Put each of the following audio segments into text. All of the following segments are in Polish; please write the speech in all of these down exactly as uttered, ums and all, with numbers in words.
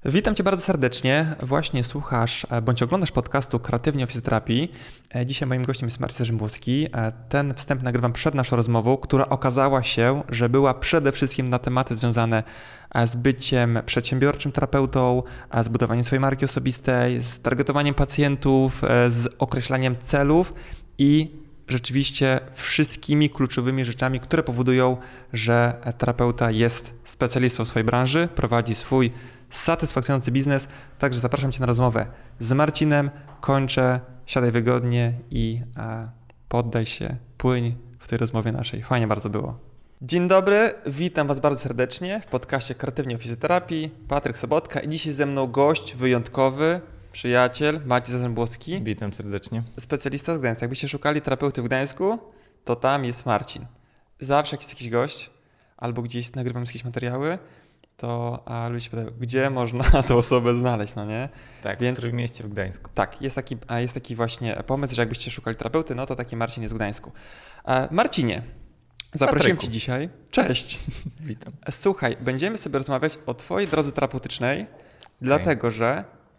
Witam Cię bardzo serdecznie. Właśnie słuchasz bądź oglądasz podcastu Kreatywnie o fizjoterapii. Dzisiaj moim gościem jest Marcin Zarzymbuski. Ten wstęp nagrywam przed naszą rozmową, która okazała się, że była przede wszystkim na tematy związane z byciem przedsiębiorczym terapeutą, z budowaniem swojej marki osobistej, z targetowaniem pacjentów, z określaniem celów i rzeczywiście wszystkimi kluczowymi rzeczami, które powodują, że terapeuta jest specjalistą w swojej branży, prowadzi swój satysfakcjonujący biznes. Także zapraszam Cię na rozmowę z Marcinem. Kończę, siadaj wygodnie i e, poddaj się, płyń w tej rozmowie naszej. Fajnie bardzo było. Dzień dobry, witam Was bardzo serdecznie w podcaście Kreatywnie o fizjoterapii. Patryk Sobotka i dzisiaj ze mną gość wyjątkowy, przyjaciel Maciej Zarzymbuski. Witam serdecznie. Specjalista z Gdańska. Jakbyście szukali terapeuty w Gdańsku, to tam jest Marcin. Zawsze jak jest jakiś gość albo gdzieś nagrywam jakieś materiały, to a ludzie się pytają, gdzie można tę osobę znaleźć, no nie? Tak, Więc, w którym mieście w Gdańsku. Tak, jest taki, jest taki właśnie pomysł, że jakbyście szukali terapeuty, no to taki Marcin jest w Gdańsku. Marcinie, zaprosiłem Cię dzisiaj. Cześć. Witam. Słuchaj, będziemy sobie rozmawiać o Twojej drodze terapeutycznej, okay. dlatego że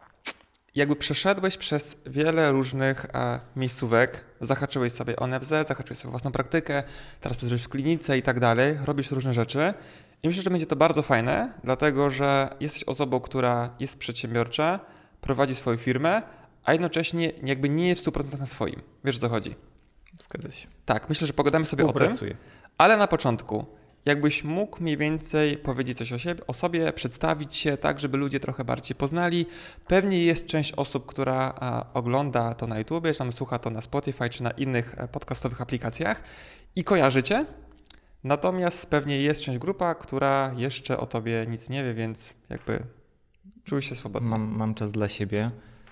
jakby przeszedłeś przez wiele różnych e, miejscówek, zahaczyłeś sobie o N F Z, zahaczyłeś sobie własną praktykę, teraz pracujesz w klinice i tak dalej, robisz różne rzeczy i myślę, że będzie to bardzo fajne, dlatego że jesteś osobą, która jest przedsiębiorcza, prowadzi swoją firmę, a jednocześnie jakby nie jest w stu procentach na swoim. Wiesz, o co chodzi? Zgadza się. Tak, myślę, że pogadamy sobie o tym, ale na początku jakbyś mógł mniej więcej powiedzieć coś o, siebie, o sobie, przedstawić się tak, żeby ludzie trochę bardziej poznali. Pewnie jest część osób, która a, ogląda to na YouTubie, czy tam słucha to na Spotify, czy na innych podcastowych aplikacjach i kojarzycie. Natomiast pewnie jest część grupa, która jeszcze o tobie nic nie wie, więc jakby czuj się swobodnie. Mam, mam czas dla siebie.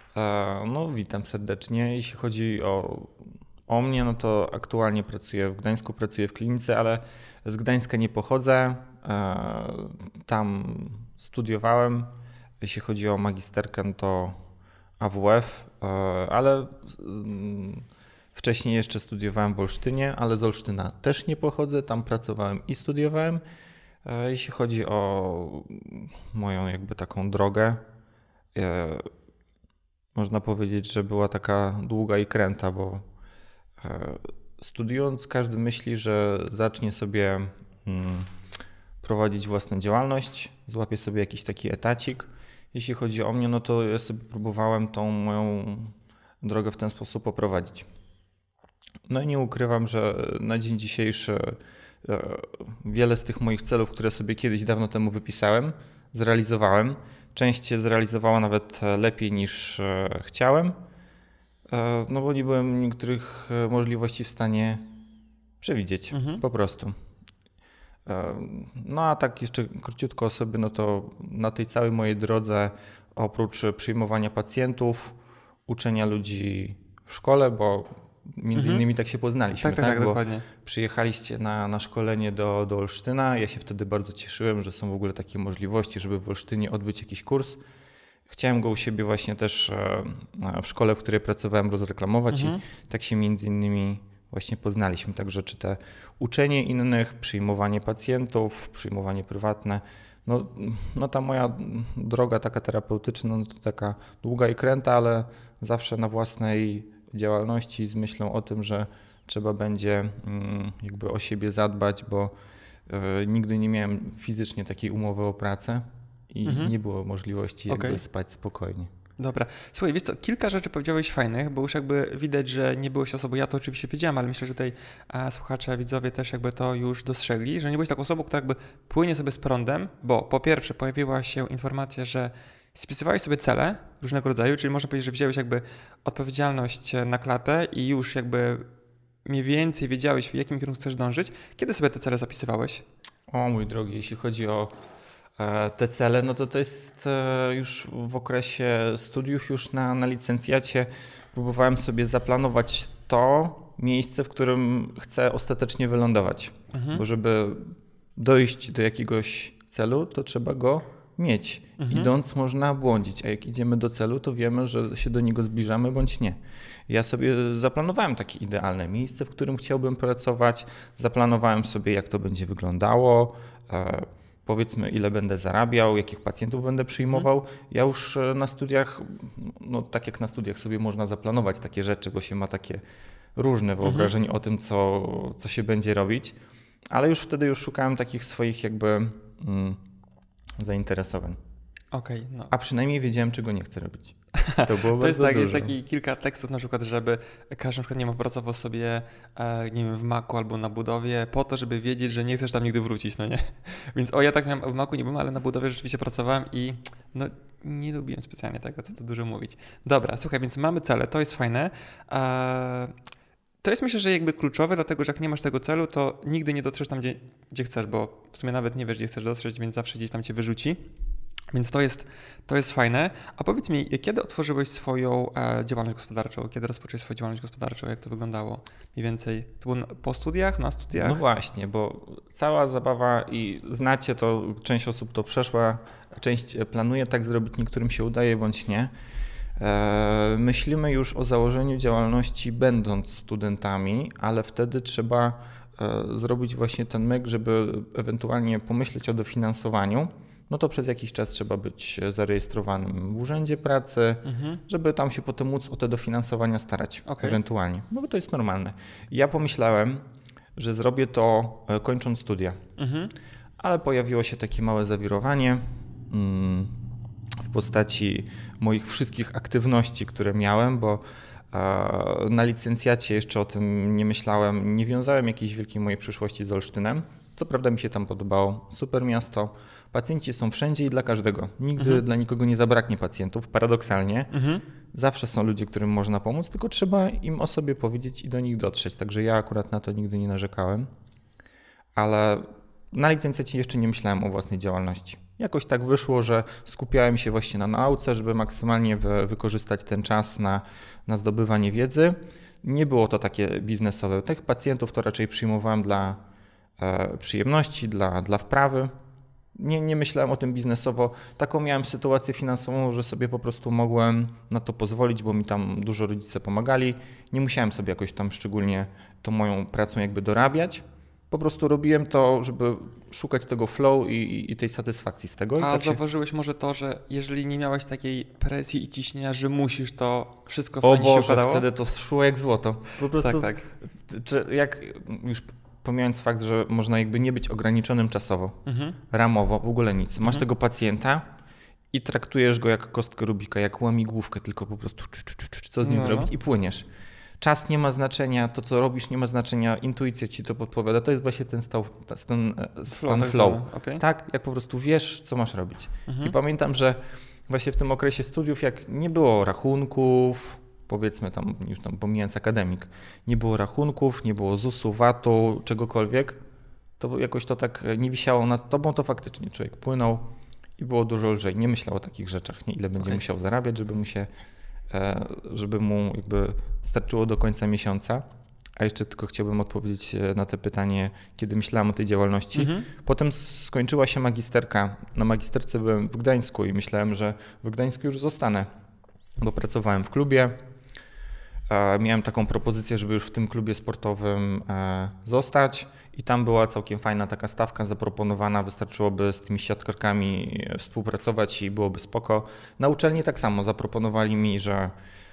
No witam serdecznie. Jeśli chodzi o, o mnie, no to aktualnie pracuję w Gdańsku, pracuję w klinice, ale z Gdańska nie pochodzę. Tam studiowałem. Jeśli chodzi o magisterkę, to A W F, ale wcześniej jeszcze studiowałem w Olsztynie, ale z Olsztyna też nie pochodzę. Tam pracowałem i studiowałem. Jeśli chodzi o moją jakby taką drogę, można powiedzieć, że była taka długa i kręta, bo studiując każdy myśli, że zacznie sobie prowadzić własną działalność, złapie sobie jakiś taki etacik. Jeśli chodzi o mnie, no to ja sobie próbowałem tą moją drogę w ten sposób poprowadzić. No i nie ukrywam, że na dzień dzisiejszy wiele z tych moich celów, które sobie kiedyś dawno temu wypisałem, zrealizowałem. Część się zrealizowała nawet lepiej niż chciałem, no bo nie byłem niektórych możliwości w stanie przewidzieć, mhm. po prostu. No a tak jeszcze króciutko o sobie, no to na tej całej mojej drodze oprócz przyjmowania pacjentów, uczenia ludzi w szkole, bo między mhm. innymi tak się poznaliśmy, tak? Tak, tak, bo dokładnie. Przyjechaliście na, na szkolenie do, do Olsztyna. Ja się wtedy bardzo cieszyłem, że są w ogóle takie możliwości, żeby w Olsztynie odbyć jakiś kurs. Chciałem go u siebie właśnie też w szkole, w której pracowałem, rozreklamować mhm. i tak się między innymi właśnie poznaliśmy. Także czy te uczenie innych, przyjmowanie pacjentów, przyjmowanie prywatne, no, no ta moja droga taka terapeutyczna, no to taka długa i kręta, ale zawsze na własnej działalności z myślą o tym, że trzeba będzie jakby o siebie zadbać, bo nigdy nie miałem fizycznie takiej umowy o pracę i mhm. nie było możliwości jakby okay. spać spokojnie. Dobra. Słuchaj, wiesz co, kilka rzeczy powiedziałeś fajnych, bo już jakby widać, że nie byłeś osobą, ja to oczywiście wiedziałem, ale myślę, że tutaj a, słuchacze, widzowie też jakby to już dostrzegli, że nie byłeś taką osobą, która jakby płynie sobie z prądem, bo po pierwsze pojawiła się informacja, że spisywałeś sobie cele różnego rodzaju, czyli można powiedzieć, że wziąłeś jakby odpowiedzialność na klatę i już jakby mniej więcej wiedziałeś, w jakim kierunku chcesz dążyć. Kiedy sobie te cele zapisywałeś? O mój drogi, jeśli chodzi o te cele, no to to jest już w okresie studiów, już na, na licencjacie próbowałem sobie zaplanować to miejsce, w którym chcę ostatecznie wylądować. Mhm. Bo żeby dojść do jakiegoś celu, to trzeba go mieć. Mhm. Idąc można błądzić, a jak idziemy do celu, to wiemy, że się do niego zbliżamy bądź nie. Ja sobie zaplanowałem takie idealne miejsce, w którym chciałbym pracować, zaplanowałem sobie, jak to będzie wyglądało, powiedzmy ile będę zarabiał, jakich pacjentów będę przyjmował. Hmm. Ja już na studiach, no tak jak na studiach sobie można zaplanować takie rzeczy, bo się ma takie różne wyobrażenie hmm. o tym, co, co się będzie robić, ale już wtedy już szukałem takich swoich jakby mm, zainteresowań. Okay, no. A przynajmniej wiedziałem, czego nie chcę robić. To było to jest, tak, dużo. Jest taki kilka tekstów na przykład, żeby każdy na przykład nie opracował sobie, e, nie wiem, w Macu albo na budowie po to, żeby wiedzieć, że nie chcesz tam nigdy wrócić, no nie? Więc o, ja tak miałem, w Macu nie byłem, ale na budowie rzeczywiście pracowałem i no nie lubiłem specjalnie tego, co tu dużo mówić. Dobra, słuchaj, więc mamy cele, to jest fajne. E, to jest myślę, że jakby kluczowe, dlatego że jak nie masz tego celu, to nigdy nie dotrzesz tam, gdzie, gdzie chcesz, bo w sumie nawet nie wiesz, gdzie chcesz dotrzeć, więc zawsze gdzieś tam cię wyrzuci. Więc to jest, to jest fajne. A powiedz mi, kiedy otworzyłeś swoją e, działalność gospodarczą? Kiedy rozpocząłeś swoją działalność gospodarczą? Jak to wyglądało mniej więcej? To było po studiach, na studiach? No właśnie, bo cała zabawa i znacie to, część osób to przeszła, część planuje tak zrobić, niektórym się udaje bądź nie. E, myślimy już o założeniu działalności będąc studentami, ale wtedy trzeba e, zrobić właśnie ten myk, żeby ewentualnie pomyśleć o dofinansowaniu. No to przez jakiś czas trzeba być zarejestrowanym w urzędzie pracy, mhm. żeby tam się potem móc o te dofinansowania starać okay. ewentualnie. No bo to jest normalne. Ja pomyślałem, że zrobię to kończąc studia, mhm. ale pojawiło się takie małe zawirowanie mm, w postaci moich wszystkich aktywności, które miałem, bo e, na licencjacie jeszcze o tym nie myślałem, nie wiązałem jakiejś wielkiej mojej przyszłości z Olsztynem. Co prawda mi się tam podobało, super miasto, pacjenci są wszędzie i dla każdego. Nigdy mhm. dla nikogo nie zabraknie pacjentów, paradoksalnie. Mhm. Zawsze są ludzie, którym można pomóc, tylko trzeba im o sobie powiedzieć i do nich dotrzeć. Także ja akurat na to nigdy nie narzekałem, ale na licencjacie jeszcze nie myślałem o własnej działalności. Jakoś tak wyszło, że skupiałem się właśnie na nauce, żeby maksymalnie wy, wykorzystać ten czas na, na zdobywanie wiedzy. Nie było to takie biznesowe. Tych pacjentów to raczej przyjmowałem dla przyjemności, dla, dla wprawy. Nie, nie myślałem o tym biznesowo. Taką miałem sytuację finansową, że sobie po prostu mogłem na to pozwolić, bo mi tam dużo rodzice pomagali. Nie musiałem sobie jakoś tam szczególnie tą moją pracą jakby dorabiać. Po prostu robiłem to, żeby szukać tego flow i, i tej satysfakcji z tego. I A tak zauważyłeś się... może to, że jeżeli nie miałeś takiej presji i ciśnienia, że musisz, to wszystko o fajnie Boże, się układało? wtedy to szło jak złoto. Po prostu tak, tak. Czy, jak już pomijając fakt, że można jakby nie być ograniczonym czasowo, mhm. ramowo, w ogóle nic. Masz mhm. tego pacjenta i traktujesz go jak kostkę Rubika, jak łamigłówkę, tylko po prostu cz, cz, cz, co z nim no, zrobić no. i płyniesz. Czas nie ma znaczenia, to co robisz nie ma znaczenia, intuicja ci to podpowiada. To jest właśnie ten, stał, ten stan flow. flow. Okay. Tak, jak po prostu wiesz, co masz robić. Mhm. I pamiętam, że właśnie w tym okresie studiów, jak nie było rachunków, powiedzmy tam, już tam pomijając akademik, nie było rachunków, nie było zusu, vatu, czegokolwiek, to jakoś to tak nie wisiało nad tobą, to faktycznie człowiek płynął i było dużo lżej. Nie myślał o takich rzeczach, nie ile będzie okay. musiał zarabiać, żeby mu się, żeby mu jakby starczyło do końca miesiąca. A jeszcze tylko chciałbym odpowiedzieć na to pytanie, kiedy myślałem o tej działalności. Mhm. Potem skończyła się magisterka. Na magisterce byłem w Gdańsku i myślałem, że w Gdańsku już zostanę, bo pracowałem w klubie. Miałem taką propozycję, żeby już w tym klubie sportowym zostać i tam była całkiem fajna taka stawka zaproponowana, wystarczyłoby z tymi siatkarkami współpracować i byłoby spoko. Na uczelni tak samo zaproponowali mi, że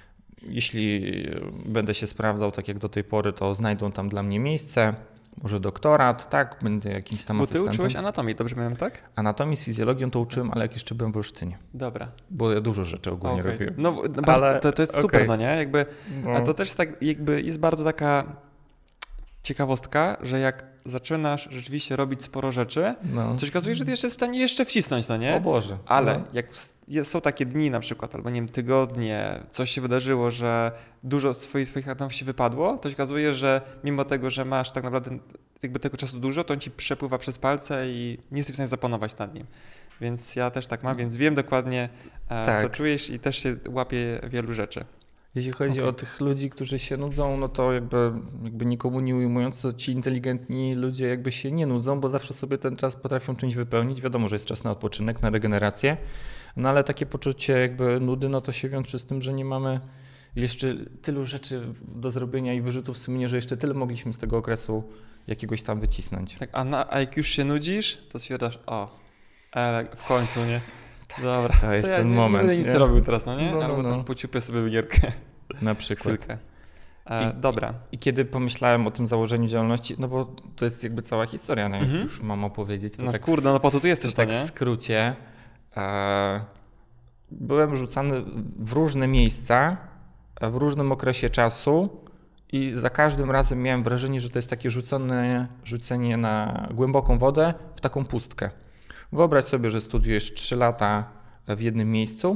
jeśli będę się sprawdzał tak jak do tej pory, to znajdą tam dla mnie miejsce, może doktorat, tak, będę jakimś tam Bo asystentem. Bo ty uczyłeś anatomii, dobrze miałem, tak? Anatomii z fizjologią to uczyłem, ale jak jeszcze byłem w Olsztynie. Dobra. Bo ja dużo rzeczy ogólnie okay. robiłem. No ale, to, to jest okay. super, no nie? Jakby, no. A to też tak, jakby jest bardzo taka ciekawostka, że jak zaczynasz rzeczywiście robić sporo rzeczy, no. to się okazuje, że ty jeszcze w stanie jeszcze wcisnąć, no nie? O Boże. Ale no. jak są takie dni na przykład, albo nie wiem, tygodnie, coś się wydarzyło, że dużo swoich, swoich aktywności wypadło, to się okazuje, że mimo tego, że masz tak naprawdę jakby tego czasu dużo, to on ci przepływa przez palce i nie jesteś w stanie zapanować nad nim. Więc ja też tak mam, więc wiem dokładnie, tak. co czujesz i też się łapię wielu rzeczy. Jeśli chodzi okay. o tych ludzi, którzy się nudzą, no to jakby, jakby nikomu nie ujmując, to ci inteligentni ludzie jakby się nie nudzą, bo zawsze sobie ten czas potrafią czymś wypełnić. Wiadomo, że jest czas na odpoczynek, na regenerację, no ale takie poczucie jakby nudy, no to się wiąże z tym, że nie mamy jeszcze tylu rzeczy do zrobienia i wyrzutów sumienia, że jeszcze tyle mogliśmy z tego okresu jakiegoś tam wycisnąć. Tak, a, na, a jak już się nudzisz, to stwierdzasz, o, Ale w końcu, nie? Dobra. To jest to ja ten nie, moment. Nie będę nic nie? robił teraz, no nie? No, no, Albo no. tam pociupię sobie gierkę. Na przykład. Chwilkę. E, I, dobra. I, I kiedy pomyślałem o tym założeniu działalności, no bo to jest jakby cała historia, no, Mhm. jak już mam opowiedzieć. To No tak kurde, no po to tu jesteś, to tak to, nie? w skrócie. E, byłem rzucany w różne miejsca, w różnym okresie czasu i za każdym razem miałem wrażenie, że to jest takie rzucone, rzucenie na głęboką wodę w taką pustkę. Wyobraź sobie, że studiujesz trzy lata w jednym miejscu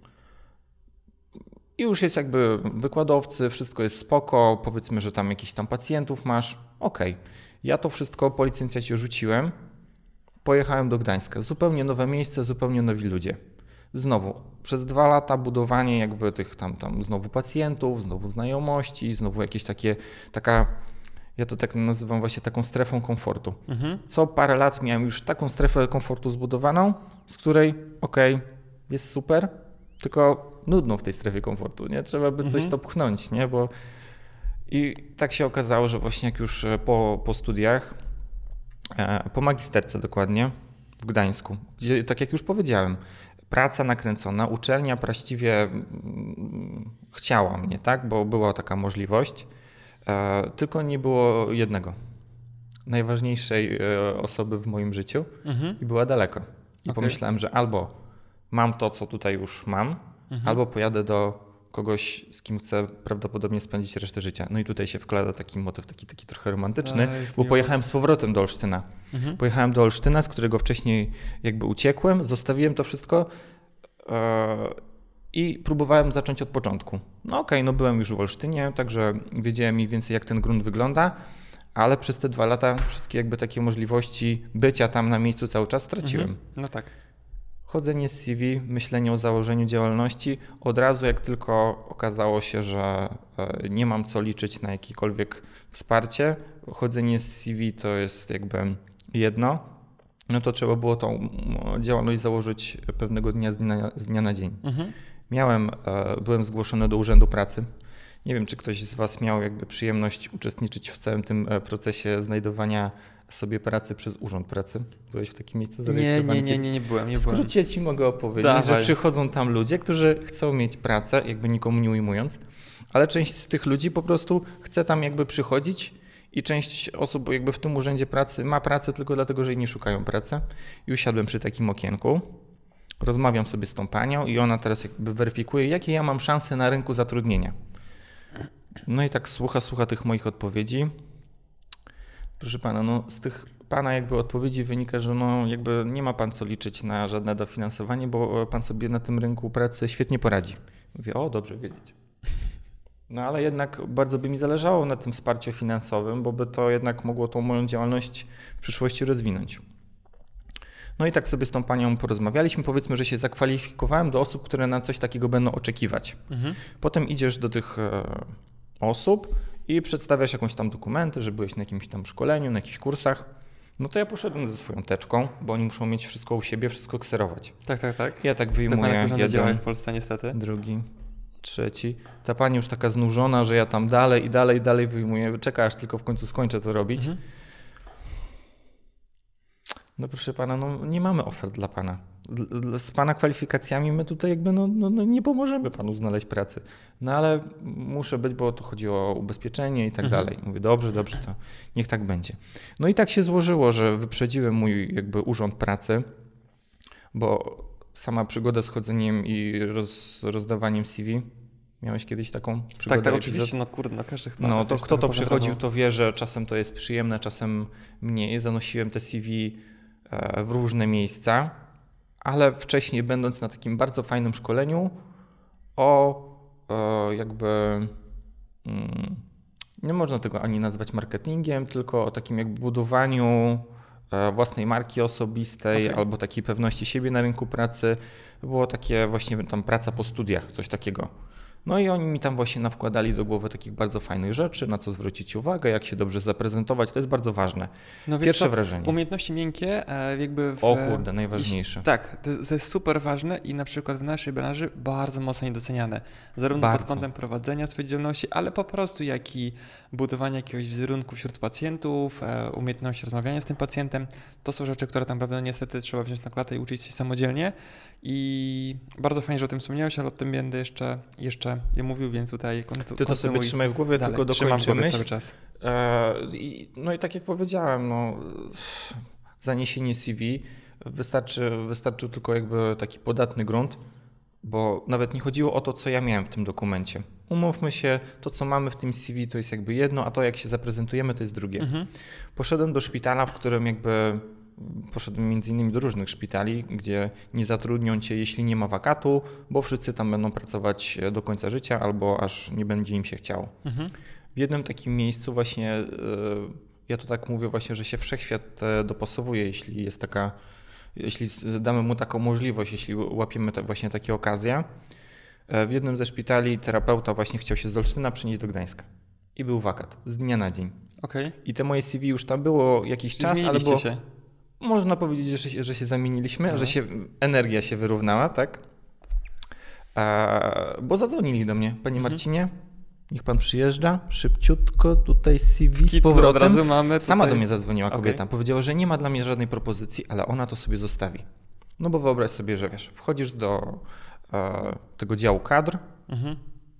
i już jest jakby wykładowcy, wszystko jest spoko, powiedzmy, że tam jakichś tam pacjentów masz, okej. Okay. Ja to wszystko po licencjacie rzuciłem, pojechałem do Gdańska, zupełnie nowe miejsce, zupełnie nowi ludzie. Znowu, przez dwa lata budowanie jakby tych tam, tam znowu pacjentów, znowu znajomości, znowu jakieś takie, taka, ja to tak nazywam właśnie taką strefą komfortu. Mhm. Co parę lat miałem już taką strefę komfortu zbudowaną, z której okej, okay, jest super, tylko nudno w tej strefie komfortu, nie? Trzeba by coś mhm. to pchnąć, nie? Bo i tak się okazało, że właśnie jak już po, po studiach, po magisterce dokładnie, w Gdańsku, gdzie tak jak już powiedziałem, praca nakręcona, uczelnia właściwie chciała mnie, tak? Bo była taka możliwość, tylko nie było jednego, najważniejszej osoby w moim życiu mhm. i była daleko. I okay. pomyślałem, że albo mam to, co tutaj już mam, mhm. albo pojadę do kogoś, z kim chcę prawdopodobnie spędzić resztę życia. No i tutaj się wkłada taki motyw, taki, taki trochę romantyczny, bo miło. Pojechałem z powrotem do Olsztyna. Mhm. Pojechałem do Olsztyna, z którego wcześniej jakby uciekłem, zostawiłem to wszystko yy, i próbowałem zacząć od początku. No okej, okay, no byłem już w Olsztynie, także wiedziałem mniej więcej, jak ten grunt wygląda, ale przez te dwa lata wszystkie jakby takie możliwości bycia tam na miejscu cały czas straciłem. Mhm. No tak. Chodzenie z C V, myślenie o założeniu działalności, od razu jak tylko okazało się, że nie mam co liczyć na jakiekolwiek wsparcie, chodzenie z C V to jest jakby jedno, no to trzeba było tą działalność założyć pewnego dnia z dnia, z dnia na dzień. Mhm. Miałem, byłem zgłoszony do Urzędu Pracy. Nie wiem, czy ktoś z Was miał jakby przyjemność uczestniczyć w całym tym procesie znajdowania sobie pracy przez Urząd Pracy. Byłeś w takim miejscu zarejestrowany? Nie, nie, nie, nie, nie byłem. Nie w skrócie byłem. Ci mogę opowiedzieć, Dawaj. że przychodzą tam ludzie, którzy chcą mieć pracę, jakby nikomu nie ujmując, ale część z tych ludzi po prostu chce tam jakby przychodzić i część osób jakby w tym Urzędzie Pracy ma pracę tylko dlatego, że jej nie szukają pracy. I usiadłem przy takim okienku, rozmawiam sobie z tą panią i ona teraz jakby weryfikuje, jakie ja mam szanse na rynku zatrudnienia. No i tak słucha, słucha tych moich odpowiedzi. Proszę pana, no z tych pana jakby odpowiedzi wynika, że no jakby nie ma pan co liczyć na żadne dofinansowanie, bo pan sobie na tym rynku pracy świetnie poradzi. Mówię, o dobrze wiedzieć. No ale jednak bardzo by mi zależało na tym wsparciu finansowym, bo by to jednak mogło tą moją działalność w przyszłości rozwinąć. No i tak sobie z tą panią porozmawialiśmy, powiedzmy, że się zakwalifikowałem do osób, które na coś takiego będą oczekiwać. Mhm. Potem idziesz do tych osób i przedstawiasz jakąś tam dokumenty, że byłeś na jakimś tam szkoleniu, na jakichś kursach. No to ja poszedłem ze swoją teczką, bo oni muszą mieć wszystko u siebie, wszystko kserować. Tak, tak, tak. Ja tak wyjmuję jeden, działa w Polsce niestety. Drugi, trzeci. Ta pani już taka znużona, że ja tam dalej i dalej, dalej wyjmuję. Czeka, aż tylko w końcu skończę co robić. Mhm. No proszę pana, no nie mamy ofert dla pana. Z pana kwalifikacjami my tutaj jakby no, no, no nie pomożemy panu znaleźć pracy. No ale muszę być, bo to chodzi o ubezpieczenie i tak mhm. dalej. Mówię, dobrze, dobrze, to niech tak będzie. No i tak się złożyło, że wyprzedziłem mój jakby urząd pracy, bo sama przygoda z chodzeniem i roz, rozdawaniem C V. Miałeś kiedyś taką przygodę? Tak, tak, oczywiście, no kurde, na każdych planach. No to kto to przychodził, to wie, że czasem to jest przyjemne, czasem mniej. Zanosiłem te C V w różne miejsca, ale wcześniej będąc na takim bardzo fajnym szkoleniu o, o jakby, mm, nie można tego ani nazwać marketingiem, tylko o takim jakby budowaniu własnej marki osobistej okay. albo takiej pewności siebie na rynku pracy. Było takie właśnie tam praca po studiach, coś takiego. No i oni mi tam właśnie nawkładali do głowy takich bardzo fajnych rzeczy, na co zwrócić uwagę, jak się dobrze zaprezentować, to jest bardzo ważne. No wiesz Pierwsze co, wrażenie. Umiejętności miękkie e, jakby... W, o kurde, najważniejsze. Tak, to, to jest super ważne i na przykład w naszej branży bardzo mocno niedoceniane. Zarówno bardzo. pod kątem prowadzenia swojej działalności, ale po prostu jak i budowania jakiegoś wizerunku wśród pacjentów, e, umiejętności rozmawiania z tym pacjentem. To są rzeczy, które tam naprawdę niestety trzeba wziąć na klatę i uczyć się samodzielnie. I bardzo fajnie, że o tym wspomniałeś, ale o tym będę jeszcze, jeszcze nie mówił, więc tutaj kontynuuj. Ty to sobie trzymaj w głowie, dalej. tylko dokończymy myśl. Cały czas. E, i, no i tak jak powiedziałem, no, zaniesienie C V wystarczy, wystarczył tylko jakby taki podatny grunt, bo nawet nie chodziło o to, co ja miałem w tym dokumencie. Umówmy się, to co mamy w tym C V to jest jakby jedno, a to jak się zaprezentujemy to jest drugie. Mhm. Poszedłem do szpitala, w którym jakby poszedłem między innymi do różnych szpitali, gdzie nie zatrudnią cię, jeśli nie ma wakatu, bo wszyscy tam będą pracować do końca życia albo aż nie będzie im się chciało. Mhm. W jednym takim miejscu właśnie, ja to tak mówię właśnie, że się wszechświat dopasowuje, jeśli jest taka, jeśli damy mu taką możliwość, jeśli łapiemy właśnie takie okazje. W jednym ze szpitali terapeuta właśnie chciał się z Olsztyna przenieść do Gdańska i był wakat z dnia na dzień. Okay. I te moje C V już tam było jakiś czas, ale było... się. Można powiedzieć, że się, że się zamieniliśmy, no. że się energia się wyrównała, tak? A, bo zadzwonili do mnie, panie mhm. Marcinie, niech pan przyjeżdża, szybciutko tutaj C V z powrotem. Od razu mamy tutaj... Sama do mnie zadzwoniła kobieta, okay. powiedziała, że nie ma dla mnie żadnej propozycji, ale ona to sobie zostawi. No bo wyobraź sobie, że wiesz, wchodzisz do e, tego działu kadr, mhm.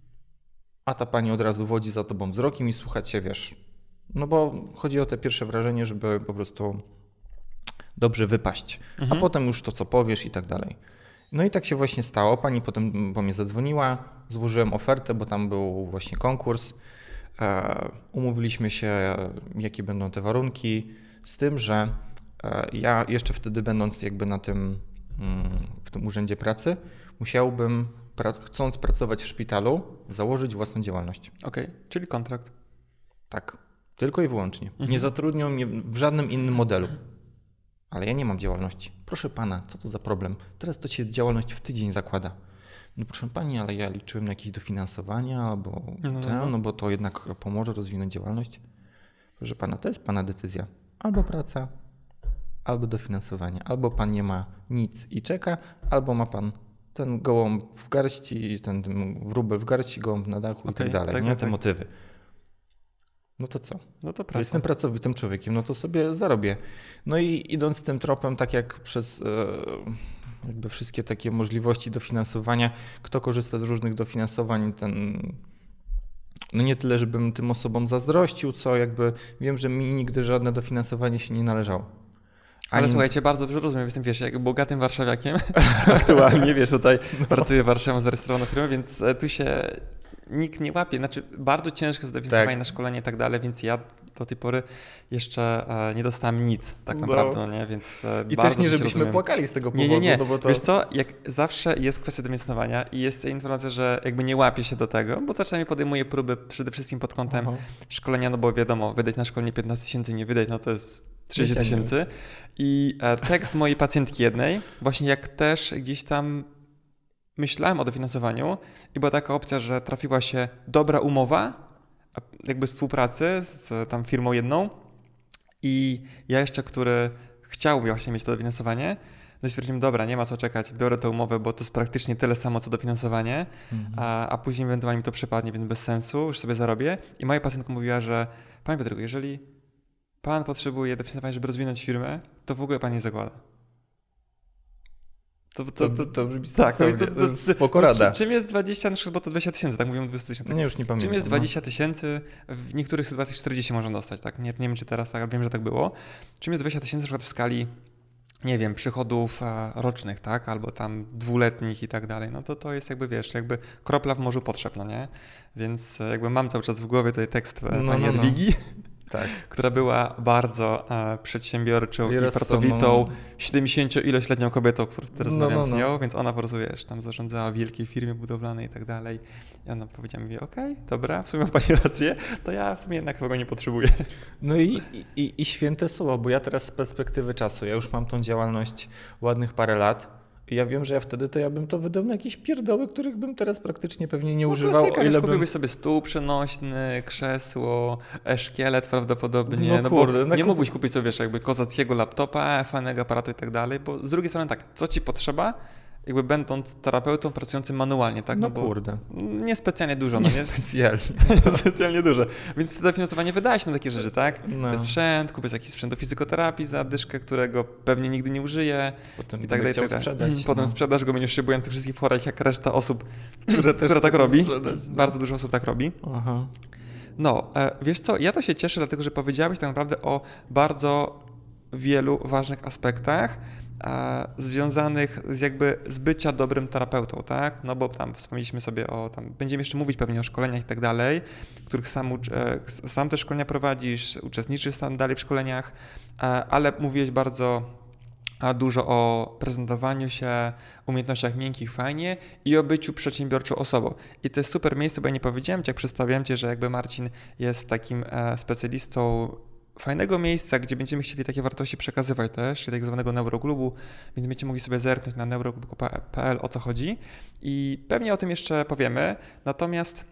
a ta pani od razu wodzi za tobą wzrokiem i słucha cię, wiesz, no bo chodzi o te pierwsze wrażenie, żeby po prostu dobrze wypaść, mhm. a potem już to, co powiesz i tak dalej. No i tak się właśnie stało. Pani potem po mnie zadzwoniła, złożyłem ofertę, bo tam był właśnie konkurs. E, umówiliśmy się, jakie będą te warunki, z tym, że e, ja jeszcze wtedy będąc jakby na tym, mm, w tym urzędzie pracy, musiałbym, pra- chcąc pracować w szpitalu, założyć własną działalność. Okej, okay. Czyli kontrakt. Tak, tylko i wyłącznie. Mhm. Nie zatrudnią mnie w żadnym innym modelu. Ale ja nie mam działalności. Proszę pana, co to za problem? Teraz to się działalność w tydzień zakłada. No proszę pani, ale ja liczyłem na jakieś dofinansowania albo no, ten, no. no bo to jednak pomoże rozwinąć działalność. Proszę pana, to jest pana decyzja. Albo praca, albo dofinansowanie. Albo pan nie ma nic i czeka, albo ma pan ten gołąb w garści, ten, ten wróbel w garści, gołąb na dachu okay, i tak dalej. Tak, nie? Tak, Te tak. motywy. No to co? No to praca. Jestem pracowitym człowiekiem, no to sobie zarobię. No i idąc tym tropem, tak jak przez e, jakby wszystkie takie możliwości dofinansowania, kto korzysta z różnych dofinansowań, ten no nie tyle, żebym tym osobom zazdrościł, co jakby wiem, że mi nigdy żadne dofinansowanie się nie należało. Ani... Ale słuchajcie, bardzo dobrze rozumiem, jestem, wiesz, jak bogatym warszawiakiem aktualnie, wiesz, tutaj no. pracuję w Warszawie, zarejestrowaną firmę, więc tu się nikt nie łapie, znaczy bardzo ciężko jest dofinansowanie tak. na szkolenie i tak dalej, więc ja do tej pory jeszcze nie dostałem nic tak naprawdę, no. nie, więc I bardzo też nie, żebyśmy rozumiem. płakali z tego powodu. Nie, nie, nie, no bo to... wiesz co, jak zawsze jest kwestia dofinansowania i jest informacja, że jakby nie łapie się do tego, bo to czasami podejmuje próby przede wszystkim pod kątem Aha. szkolenia, no bo wiadomo, wydać na szkolenie piętnaście tysięcy, nie wydać, no to jest trzydzieści tysięcy. I tekst mojej pacjentki jednej, właśnie jak też gdzieś tam myślałem o dofinansowaniu i była taka opcja, że trafiła się dobra umowa, jakby współpracy z tam firmą jedną i ja jeszcze, który chciał właśnie mieć to dofinansowanie, no i stwierdziłem, dobra, nie ma co czekać, biorę tę umowę, bo to jest praktycznie tyle samo co dofinansowanie, mhm. a, a później ewentualnie mi to przepadnie, więc bez sensu, już sobie zarobię. I moja pacjentka mówiła, że panie Piotrku, jeżeli pan potrzebuje dofinansowania, żeby rozwinąć firmę, to w ogóle pan nie zakłada. To, to, to, to brzmi tak, to, to, to, spoko rada. Czym jest dwadzieścia, na przykład, bo to dwadzieścia tysięcy, tak mówią dwadzieścia tysięcy. Nie, już nie pamiętam. Czym jest dwadzieścia tysięcy, w niektórych sytuacjach czterdzieści można dostać, tak? Nie, nie wiem, czy teraz tak, ale wiem, że tak było. Czym jest dwadzieścia tysięcy na przykład w skali, nie wiem, przychodów rocznych, tak? Albo tam dwuletnich i tak dalej. No to to jest jakby, wiesz, jakby kropla w morzu potrzeb, no nie? Więc jakby mam cały czas w głowie tutaj tekst no, pani no, Jadwigi. No. Tak. Która była bardzo e, przedsiębiorczą i, i pracowitą, siedemdziesięcioilośletnią kobietą, którą wtedy rozmawiam no, no, no. z nią, więc ona po prostu, wiesz, tam zarządzała w wielkiej firmie budowlanej i tak dalej. I ona powiedziała mi, okej, okay, dobra, w sumie ma pani rację, to ja w sumie jednak chyba go nie potrzebuję. No i, i, i święte słowo, bo ja teraz z perspektywy czasu, ja już mam tą działalność ładnych parę lat, Ja wiem, że ja wtedy to ja bym to wydał na jakieś pierdoły, których bym teraz praktycznie pewnie nie no, używał. Klasyka, o ile wiesz, bym... kupiłbyś sobie stół przenośny, krzesło, e, szkielet prawdopodobnie. No No, kurde, bo no nie kup- mógłbyś kupić sobie, wiesz, jakby kozackiego laptopa, fajnego aparatu i tak dalej, bo z drugiej strony tak, co ci potrzeba, jakby będąc terapeutą pracującym manualnie, tak? No, bo kurde. Niespecjalnie dużo, Nie no nie? specjalnie. Specjalnie dużo. Więc to dofinansowanie wydaje się na takie rzeczy, tak? No. To jest sprzęt, kupię jakiś sprzęt do fizykoterapii za dyszkę, którego pewnie nigdy nie użyję. Potem I tak będę dalej, chciał tak dalej. sprzedać. Potem no. sprzedaż go, będziesz się bujał w tych wszystkich forach jak reszta osób, które, też które tak chcą robi. sprzedać, no. Bardzo dużo osób tak robi. Aha. No, e, wiesz co, ja to się cieszę, dlatego że powiedziałeś tak naprawdę o bardzo wielu ważnych aspektach e, związanych z jakby z bycia dobrym terapeutą, tak? No bo tam wspomnieliśmy sobie o, tam będziemy jeszcze mówić pewnie o szkoleniach i tak dalej, których sam, ucz- e, sam te szkolenia prowadzisz, uczestniczysz sam dalej w szkoleniach, e, ale mówiłeś bardzo a dużo o prezentowaniu się, umiejętnościach miękkich fajnie i o byciu przedsiębiorczą osobą. I to jest super miejsce, bo ja nie powiedziałem Ci, jak przedstawiałem Cię, że jakby Marcin jest takim e, specjalistą fajnego miejsca, gdzie będziemy chcieli takie wartości przekazywać też, czyli tak zwanego neuroklubu, więc będziecie mogli sobie zerknąć na neuroklub kropka p l o co chodzi i pewnie o tym jeszcze powiemy. Natomiast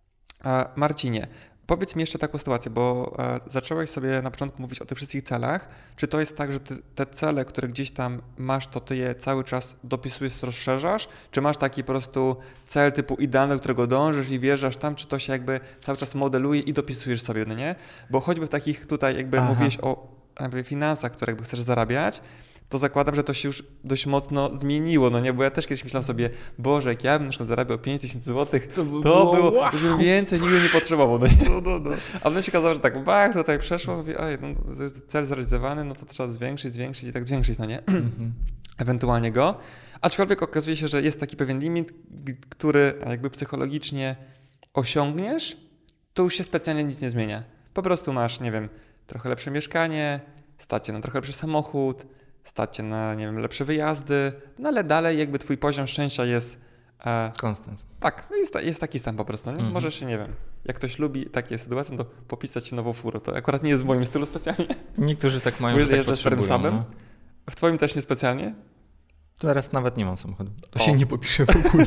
e, Marcinie, powiedz mi jeszcze taką sytuację, bo e, zacząłeś sobie na początku mówić o tych wszystkich celach. Czy to jest tak, że ty, te cele, które gdzieś tam masz, to ty je cały czas dopisujesz, rozszerzasz? Czy masz taki po prostu cel typu idealny, do którego dążysz i wjeżdżasz tam, czy to się jakby cały czas modeluje i dopisujesz sobie, no nie? Bo choćby w takich tutaj jakby Aha. mówiłeś o jakby finansach, które jakby chcesz zarabiać, to zakładam, że to się już dość mocno zmieniło, no nie? Bo ja też kiedyś myślałem sobie, Boże, jak ja bym na przykład zarabiał pięć tysięcy złotych, To by to było było, wow. żebym więcej nigdy nie potrzebował, no nie? No, no, no. A potem się okazało, że tak, bach, to tak przeszło, mówię, oj, no, to jest cel zrealizowany, no to trzeba zwiększyć, zwiększyć i tak zwiększyć, no nie? Mhm. Ewentualnie go. Aczkolwiek okazuje się, że jest taki pewien limit, g- który jakby psychologicznie osiągniesz, to już się specjalnie nic nie zmienia. Po prostu masz, nie wiem, trochę lepsze mieszkanie, stać cię na trochę lepszy samochód, stać cię na, nie wiem, lepsze wyjazdy, no ale dalej jakby twój poziom szczęścia jest e, Konstans. tak, no jest, jest taki sam po prostu. Nie? Mhm. Możesz się, nie wiem, jak ktoś lubi takie sytuacje, to popisać się nową furę. To akurat nie jest w moim stylu specjalnie. Niektórzy tak mają, Bo że tak jeżdżę starym potrzebują. samym. No. W twoim też niespecjalnie? Teraz nawet nie mam samochodu. To O. się nie popisze w ogóle.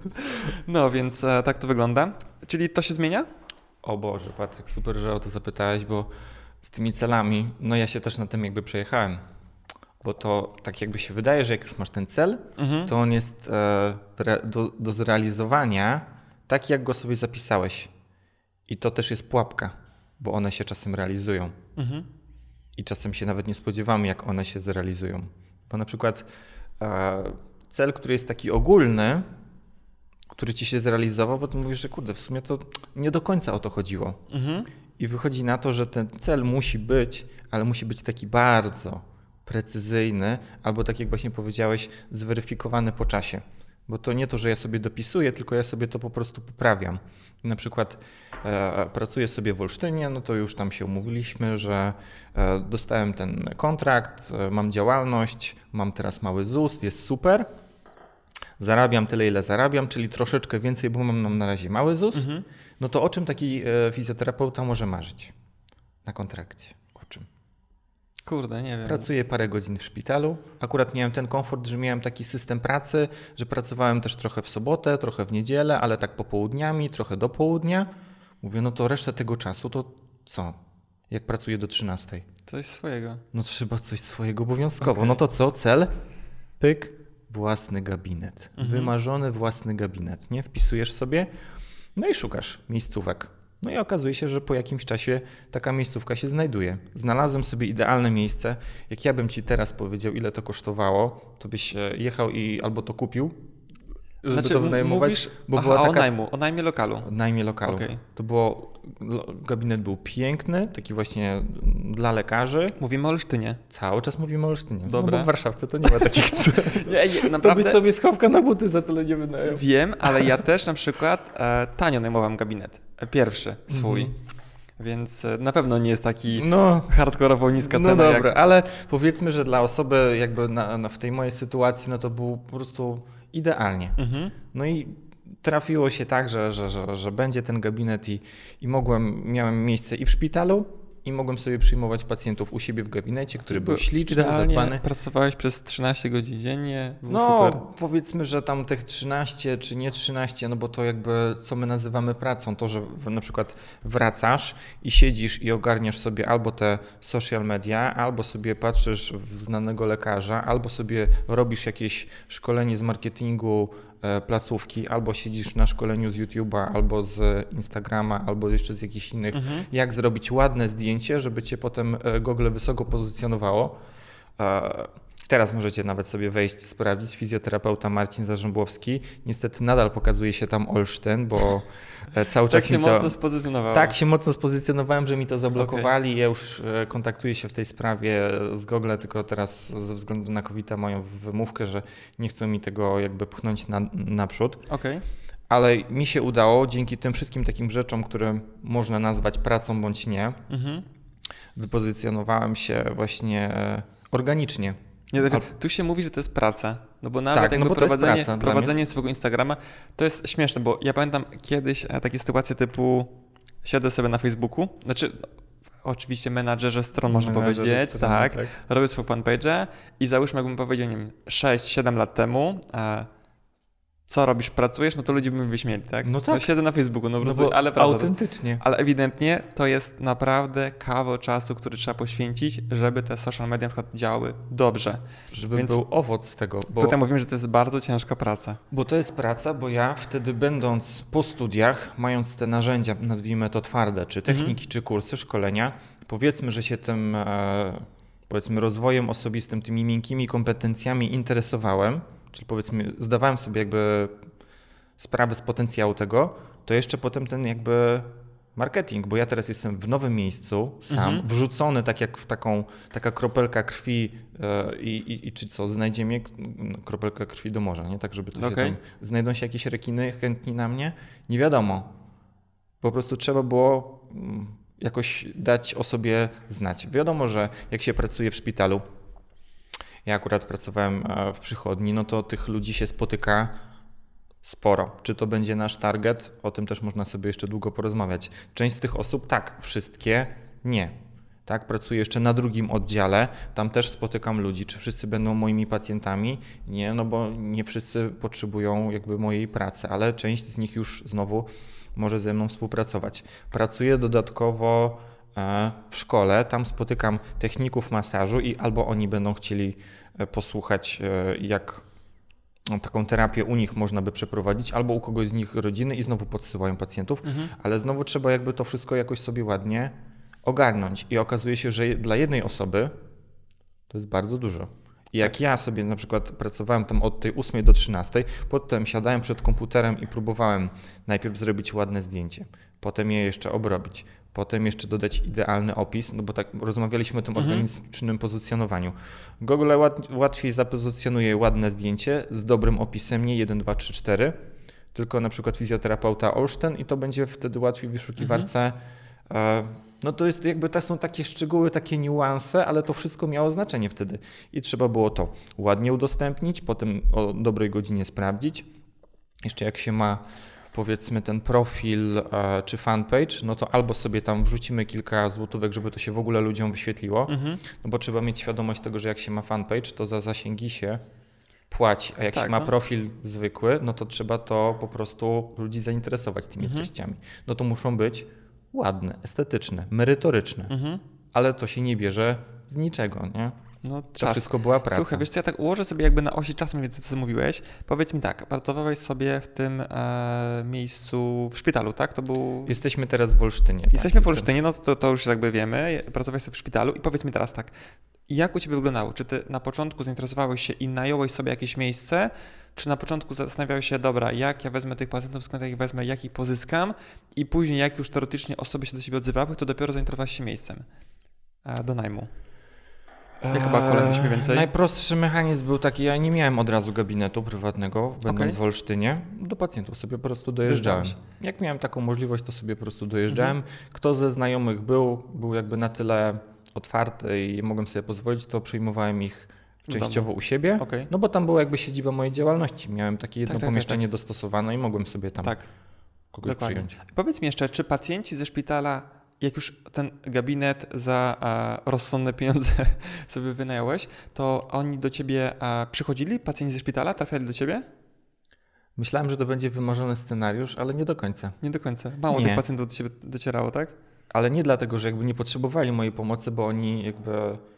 No więc e, tak to wygląda. Czyli to się zmienia? O Boże, Patryk, super, że o to zapytałeś, bo z tymi celami, no ja się też na tym jakby przejechałem. Bo to tak jakby się wydaje, że jak już masz ten cel, Mhm. to on jest e, re, do, do zrealizowania tak, jak go sobie zapisałeś. I to też jest pułapka, bo one się czasem realizują. Mhm. I czasem się nawet nie spodziewamy, jak one się zrealizują. Bo na przykład e, cel, który jest taki ogólny, który ci się zrealizował, bo ty mówisz, że kurde, w sumie to nie do końca o to chodziło. Mhm. I wychodzi na to, że ten cel musi być, ale musi być taki bardzo precyzyjny, albo tak jak właśnie powiedziałeś, zweryfikowany po czasie. Bo to nie to, że ja sobie dopisuję, tylko ja sobie to po prostu poprawiam. I na przykład e, pracuję sobie w Olsztynie, no to już tam się umówiliśmy, że e, dostałem ten kontrakt, e, mam działalność, mam teraz mały ZUS, jest super. Zarabiam tyle, ile zarabiam, czyli troszeczkę więcej, bo mam na razie mały ZUS. Mhm. No to o czym taki e, fizjoterapeuta może marzyć na kontrakcie? O czym? Kurde, nie wiem. Pracuję parę godzin w szpitalu. Akurat miałem ten komfort, że miałem taki system pracy, że pracowałem też trochę w sobotę, trochę w niedzielę, ale tak popołudniami, trochę do południa. Mówię, no to resztę tego czasu to co? Jak pracuję do trzynastej? Coś swojego. No trzeba coś swojego obowiązkowo. Okej. No to co? Cel? Pyk, własny gabinet. Mhm. Wymarzony własny gabinet. Nie? Wpisujesz sobie, no i szukasz miejscówek. No i okazuje się, że po jakimś czasie taka miejscówka się znajduje. Znalazłem sobie idealne miejsce. Jak ja bym ci teraz powiedział, ile to kosztowało, to byś e, jechał i albo to kupił, żeby Znaczy, to wynajmować. mówisz, bo aha, była o taka najmu, o najmie lokalu. najmie lokalu. Okej. To było, lo- gabinet był piękny, taki właśnie mm, dla lekarzy. Mówimy o Olsztynie. Cały czas mówimy o Olsztynie. No Dobra. bo w Warszawce to nie ma takich cen. Nie, nie, To byś naprawdę sobie schowka na buty za tyle nie wynajął. wiem, ale ja też na przykład e, tanio najmowałem gabinet. E, Pierwszy swój. Mhm. Więc e, na pewno nie jest taki No, hardkorowo niska no cena dobra, jak... ale powiedzmy, że dla osoby jakby na, na, w tej mojej sytuacji, no to było po prostu idealnie. Mhm. No i trafiło się tak, że, że, że, że będzie ten gabinet i, i mogłem, miałem miejsce i w szpitalu, i mogłem sobie przyjmować pacjentów u siebie w gabinecie, który był śliczny, zadbany. Pracowałeś przez trzynaście godzin dziennie, było no super. Powiedzmy, że tam tych trzynaście czy nie trzynaście, no bo to jakby co my nazywamy pracą, to, że w, na przykład wracasz i siedzisz i ogarniasz sobie albo te social media, albo sobie patrzysz w znanego lekarza, albo sobie robisz jakieś szkolenie z marketingu placówki, albo siedzisz na szkoleniu z YouTube'a, albo z Instagrama, albo jeszcze z jakichś innych, mhm. jak zrobić ładne zdjęcie, żeby cię potem Google wysoko pozycjonowało. Teraz możecie nawet sobie wejść, sprawdzić. Fizjoterapeuta Marcin Zarzębłowski. Niestety nadal pokazuje się tam Olsztyn, bo cały czas tak się mi to... mocno spozycjonowałem. Tak się mocno spozycjonowałem, że mi to zablokowali. Okay. Ja już kontaktuję się w tej sprawie z Google, tylko teraz ze względu na kowida mają wymówkę, że nie chcą mi tego jakby pchnąć na, naprzód. Okay. Ale mi się udało dzięki tym wszystkim takim rzeczom, które można nazwać pracą bądź nie, mhm. wypozycjonowałem się właśnie organicznie. Nie, tak, tu się mówi, że to jest praca, no bo nawet tak, jakby no bo prowadzenie, prowadzenie swojego Instagrama to jest śmieszne, bo ja pamiętam kiedyś takie sytuacje typu siedzę sobie na Facebooku, znaczy oczywiście menadżerze stron można menadżerze powiedzieć, strony, tak, tak, robię swój fanpage'ę i załóżmy jakbym powiedział, nie wiem, sześć siedem lat temu, e, co robisz, pracujesz, no to ludzie by mi wyśmieli, tak? No tak. No siedzę na Facebooku, no po prostu, no ale praca. Autentycznie. Ale ewidentnie to jest naprawdę kawał czasu, który trzeba poświęcić, żeby te social media na przykład działały dobrze. Żeby Więc był owoc tego. Bo tutaj mówimy, że to jest bardzo ciężka praca. Bo to jest praca, bo ja wtedy będąc po studiach, mając te narzędzia, nazwijmy to twarde, czy techniki, mhm. czy kursy, szkolenia, powiedzmy, że się tym e, powiedzmy rozwojem osobistym, tymi miękkimi kompetencjami interesowałem, czyli powiedzmy zdawałem sobie jakby sprawę z potencjału tego, to jeszcze potem ten jakby marketing, bo ja teraz jestem w nowym miejscu, sam, mhm. wrzucony tak jak w taką, taka kropelka krwi yy, i, i czy co, znajdzie mnie no, kropelka krwi do morza, nie? Tak żeby to się okay. tam, znajdą się jakieś rekiny chętni na mnie? Nie wiadomo. Po prostu trzeba było jakoś dać o sobie znać. Wiadomo, że jak się pracuje w szpitalu, ja akurat pracowałem w przychodni, no to tych ludzi się spotyka sporo. Czy to będzie nasz target? O tym też można sobie jeszcze długo porozmawiać. Część z tych osób tak, wszystkie nie. Tak, pracuję jeszcze na drugim oddziale, tam też spotykam ludzi. Czy wszyscy będą moimi pacjentami? Nie, no bo nie wszyscy potrzebują jakby mojej pracy, ale część z nich już znowu może ze mną współpracować. Pracuję dodatkowo w szkole, tam spotykam techników masażu i albo oni będą chcieli posłuchać, jak taką terapię u nich można by przeprowadzić, albo u kogoś z nich rodziny i znowu podsyłają pacjentów, mhm. ale znowu trzeba jakby to wszystko jakoś sobie ładnie ogarnąć i okazuje się, że dla jednej osoby to jest bardzo dużo. I jak tak. ja sobie na przykład pracowałem tam od tej ósmej do trzynastej, potem siadałem przed komputerem i próbowałem najpierw zrobić ładne zdjęcie, potem je jeszcze obrobić, potem jeszcze dodać idealny opis, no bo tak rozmawialiśmy o tym mhm. organicznym pozycjonowaniu. Google łat, łatwiej zapozycjonuje ładne zdjęcie z dobrym opisem, nie jeden, dwa, trzy, cztery, tylko na przykład fizjoterapeuta Olsztyn i to będzie wtedy łatwiej w wyszukiwarce. Mhm. E, no to jest jakby, to są takie szczegóły, takie niuanse, ale to wszystko miało znaczenie wtedy i trzeba było to ładnie udostępnić, potem o dobrej godzinie sprawdzić. Jeszcze jak się ma powiedzmy ten profil e, czy fanpage, no to albo sobie tam wrzucimy kilka złotówek, żeby to się w ogóle ludziom wyświetliło, mhm. no bo trzeba mieć świadomość tego, że jak się ma fanpage, to za zasięgi się płaci, a jak tak, się ma no. profil zwykły, no to trzeba to po prostu ludzi zainteresować tymi mhm. treściami. No to muszą być ładne, estetyczne, merytoryczne, mhm. ale to się nie bierze z niczego, nie? No, to czas. wszystko była praca. Słuchaj, wiesz co, ja tak ułożę sobie jakby na osi czasu, mniej więcej co ty mówiłeś. Powiedz mi tak, pracowałeś sobie w tym e, miejscu w szpitalu, tak? To był... Jesteśmy teraz w Olsztynie. Jesteśmy tak, w Olsztynie, no to, to już jakby wiemy. Pracowałeś sobie w szpitalu i powiedz mi teraz tak, jak u ciebie wyglądało? Czy ty na początku zainteresowałeś się i nająłeś sobie jakieś miejsce, czy na początku zastanawiałeś się, dobra, jak ja wezmę tych pacjentów, skąd ja ich wezmę, jak ich pozyskam i później jak już teoretycznie osoby się do siebie odzywały, to dopiero zainteresowałeś się miejscem e, do najmu? Jak chyba kolejność mniej więcej? Najprostszy mechanizm był taki, ja nie miałem od razu gabinetu prywatnego, będąc okay. w Olsztynie, do pacjentów sobie po prostu dojeżdżałem. Dojeżdżałeś. Jak miałem taką możliwość, to sobie po prostu dojeżdżałem. Mhm. Kto ze znajomych był, był jakby na tyle otwarty i mogłem sobie pozwolić, to przyjmowałem ich częściowo u siebie, okay. no bo tam była jakby siedziba mojej działalności. Miałem takie jedno tak, tak, pomieszczenie tak, tak. dostosowane i mogłem sobie tam tak. kogoś Dokładnie. przyjąć. Powiedz mi jeszcze, czy pacjenci ze szpitala jak już ten gabinet za a, rozsądne pieniądze sobie wynająłeś, to oni do ciebie a, przychodzili, pacjenci ze szpitala, trafiali do ciebie? Myślałem, że to będzie wymarzony scenariusz, ale nie do końca. Nie do końca. Mało Nie. tych pacjentów do ciebie docierało, tak? Ale nie dlatego, że jakby nie potrzebowali mojej pomocy, bo oni jakby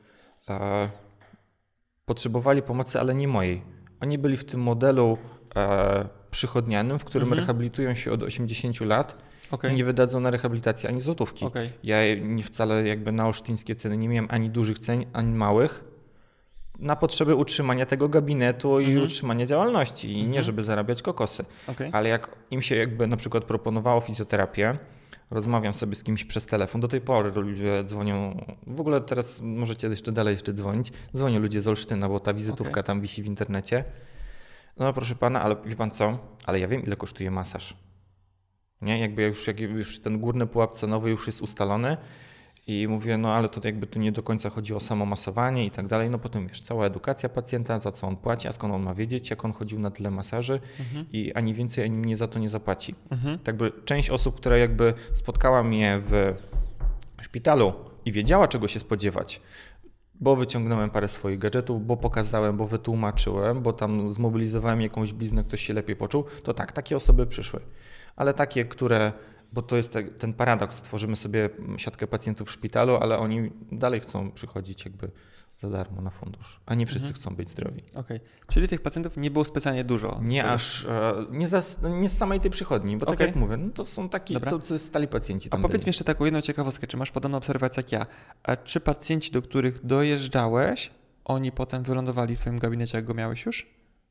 e, potrzebowali pomocy, ale nie mojej. Oni byli w tym modelu e, przychodnianym, w którym Mhm. rehabilitują się od osiemdziesięciu lat Okay. i nie wydadzą na rehabilitację ani złotówki. Okay. Ja nie wcale jakby na olsztyńskie ceny nie miałem ani dużych cen, ani małych na potrzeby utrzymania tego gabinetu i Mhm. utrzymania działalności i Mhm. nie żeby zarabiać kokosy. Okay. Ale jak im się jakby na przykład proponowało fizjoterapię, rozmawiam sobie z kimś przez telefon, do tej pory ludzie dzwonią, w ogóle teraz możecie jeszcze dalej jeszcze dzwonić, dzwonią ludzie z Olsztyna, bo ta wizytówka Okay. tam wisi w internecie. No proszę pana, ale wie pan co, ale ja wiem ile kosztuje masaż. Nie, jakby już, jak już ten górny pułap cenowy już jest ustalony i mówię, no ale to jakby tu nie do końca chodzi o samo masowanie i tak dalej, no potem wiesz, cała edukacja pacjenta, za co on płaci, a skąd on ma wiedzieć, jak on chodził na tyle masaży Mhm. i ani więcej, ani mniej za to nie zapłaci. Mhm. Tak by część osób, która jakby spotkała mnie w szpitalu i wiedziała, czego się spodziewać, bo wyciągnąłem parę swoich gadżetów, bo pokazałem, bo wytłumaczyłem, bo tam zmobilizowałem jakąś bliznę, ktoś się lepiej poczuł, to tak, takie osoby przyszły. Ale takie, które, bo to jest ten paradoks, tworzymy sobie siatkę pacjentów w szpitalu, ale oni dalej chcą przychodzić jakby za darmo na fundusz, a nie wszyscy Mhm. chcą być zdrowi. Okay. Czyli tych pacjentów nie było specjalnie dużo? Nie aż, nie, za, nie z samej tej przychodni, bo tak Okay. jak mówię, no to są taki, Dobra. to, to stali pacjenci. A Tam powiedz byli. mi jeszcze taką jedną ciekawostkę, czy masz podobną obserwację jak ja? A czy pacjenci, do których dojeżdżałeś, oni potem wylądowali w twoim gabinecie, jak go miałeś już?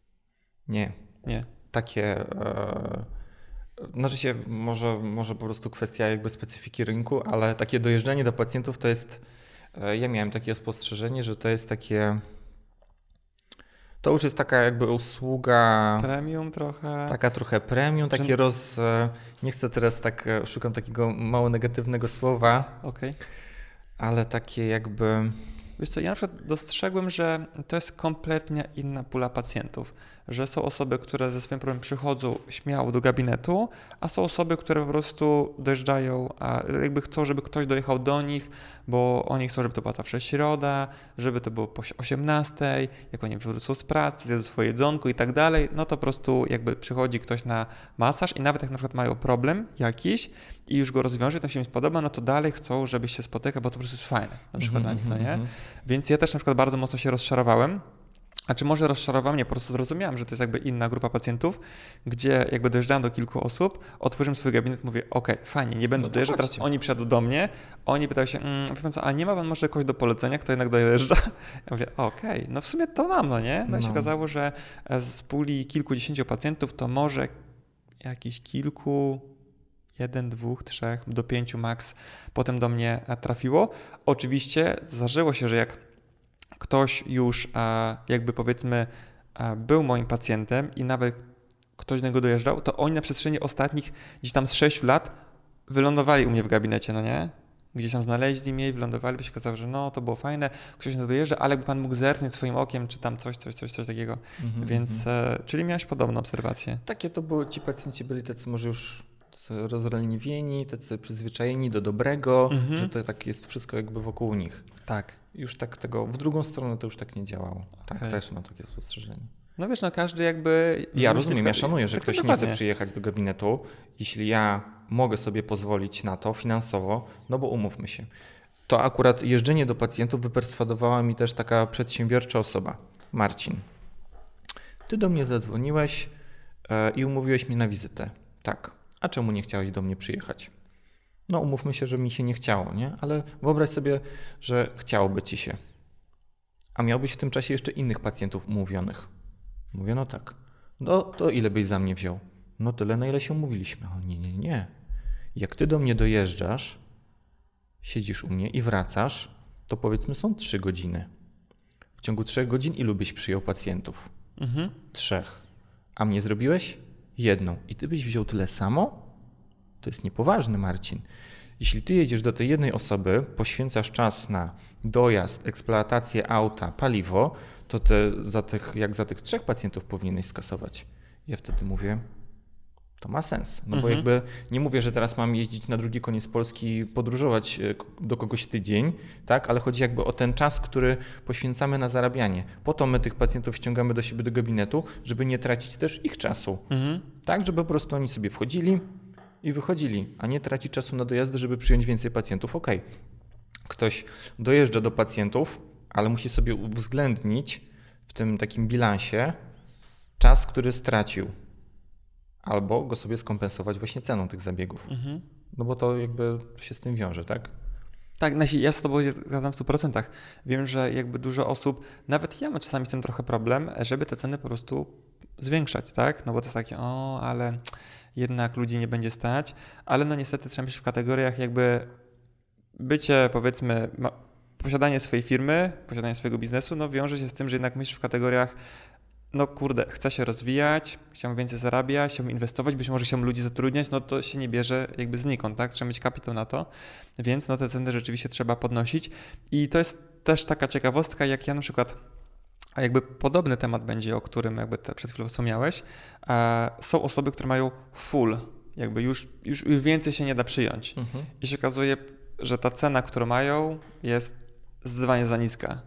Nie. Nie. Takie, e, znaczy się, może, może po prostu kwestia jakby specyfiki rynku, ale takie dojeżdżanie do pacjentów to jest, e, ja miałem takie spostrzeżenie, że to jest takie, to już jest taka jakby usługa, Premium trochę? taka trochę premium, takie Że- roz, e, nie chcę teraz tak, e, szukam takiego mało negatywnego słowa, Okej. ale takie jakby... Wiesz co, ja na przykład dostrzegłem, że to jest kompletnie inna pula pacjentów, że są osoby, które ze swoim problemem przychodzą śmiało do gabinetu, a są osoby, które po prostu dojeżdżają, a jakby chcą, żeby ktoś dojechał do nich, bo oni chcą, żeby to była zawsze środa, żeby to było po osiemnastej, jak oni wrócą z pracy, zjedzą swoje jedzonko i tak dalej, no to po prostu jakby przychodzi ktoś na masaż i nawet jak na przykład mają problem jakiś i już go rozwiąże, to się im spodoba, no to dalej chcą, żeby się spotykać, bo to po prostu jest fajne na przykład dla nich, no nie? Więc ja też na przykład bardzo mocno się rozczarowałem. A czy może rozczarował mnie? Po prostu zrozumiałem, że to jest jakby inna grupa pacjentów, gdzie jakby dojeżdżałem do kilku osób, otworzyłem swój gabinet, mówię, okej, okay, fajnie, nie będę No to dojeżdżał, teraz chodźcie. oni przyjadą do mnie, oni pytają się, mm, wie pan co, a nie ma pan może kogoś do polecenia, kto jednak dojeżdża? Ja mówię, okej, okay, no w sumie to mam, no nie? No, no i się No. okazało, że z puli kilkudziesięciu pacjentów to może jakiś kilku, jeden, dwóch, trzech, do pięciu max potem do mnie trafiło. Oczywiście zdarzyło się, że jak ktoś już jakby powiedzmy był moim pacjentem i nawet ktoś do niego dojeżdżał, to oni na przestrzeni ostatnich gdzieś tam z sześciu lat wylądowali u mnie w gabinecie, no nie? Gdzieś tam znaleźli mnie i wylądowali, by się okazało, że no to było fajne, ktoś na to dojeżdża, ale jakby pan mógł zerknąć swoim okiem, czy tam coś, coś, coś, coś takiego. Mhm, Więc, mhm. e, czyli miałeś podobną obserwację. Takie to były, ci pacjenci byli tacy może już tacy rozleniwieni, tacy przyzwyczajeni do dobrego, Mhm. że to tak jest wszystko jakby wokół nich. Tak. Już tak tego, w drugą stronę to już tak nie działało. Tak, Okej. też mam takie spostrzeżenie. No wiesz, no każdy jakby... Ja myśli rozumiem, tylko- ja szanuję, że tak, ktoś nie dokładnie. chce przyjechać do gabinetu, jeśli ja mogę sobie pozwolić na to finansowo, no bo umówmy się. To akurat jeżdżenie do pacjentów wyperswadowała mi też taka przedsiębiorcza osoba, Marcin. Ty do mnie zadzwoniłeś e, i umówiłeś mnie na wizytę. Tak. A czemu nie chciałeś do mnie przyjechać? No umówmy się, że mi się nie chciało, nie? Ale wyobraź sobie, że chciałoby ci się. A miałbyś w tym czasie jeszcze innych pacjentów umówionych. Mówię, no tak. No to ile byś za mnie wziął? No tyle, na ile się umówiliśmy. O, nie, nie, nie. Jak ty do mnie dojeżdżasz, siedzisz u mnie i wracasz, to powiedzmy są trzy godziny. W ciągu trzech godzin ilu byś przyjął pacjentów? Mhm. Trzech. A mnie zrobiłeś? Jedną. I ty byś wziął tyle samo? To jest niepoważne, Marcin. Jeśli ty jedziesz do tej jednej osoby, poświęcasz czas na dojazd, eksploatację auta, paliwo, to ty za tych, jak za tych trzech pacjentów powinieneś skasować. Ja wtedy mówię, to ma sens. No bo Mhm. jakby nie mówię, że teraz mam jeździć na drugi koniec Polski, podróżować e, k- do kogoś tydzień, tak? Ale chodzi jakby o ten czas, który poświęcamy na zarabianie. Po to my tych pacjentów ściągamy do siebie do gabinetu, żeby nie tracić też ich czasu. Mhm. Tak, żeby po prostu oni sobie wchodzili i wychodzili, a nie tracić czasu na dojazdy, żeby przyjąć więcej pacjentów. Okej, ktoś dojeżdża do pacjentów, ale musi sobie uwzględnić w tym takim bilansie czas, który stracił. Albo go sobie skompensować właśnie ceną tych zabiegów. Mhm. No bo to jakby się z tym wiąże, tak? Tak, nasi- ja z tobą się zgadzam w stu procentach. Wiem, że jakby dużo osób, nawet ja mam czasami z tym trochę problem, żeby te ceny po prostu zwiększać, tak? No bo to jest takie, o, ale jednak ludzi nie będzie stać, ale no niestety trzeba myśleć w kategoriach jakby bycie, powiedzmy, ma, posiadanie swojej firmy, posiadanie swojego biznesu, no wiąże się z tym, że jednak myślisz w kategoriach, no kurde, chcę się rozwijać, chciałbym więcej zarabiać, chciałbym inwestować, być może chciałbym ludzi zatrudniać, no to się nie bierze jakby znikąd, tak? Trzeba mieć kapitał na to, więc no te ceny rzeczywiście trzeba podnosić i to jest też taka ciekawostka, jak ja na przykład, a jakby podobny temat będzie, o którym jakby te przed chwilą wspomniałeś, e, są osoby, które mają full, jakby już, już już więcej się nie da przyjąć Mhm. i się okazuje, że ta cena, którą mają, jest zdecydowanie za niska.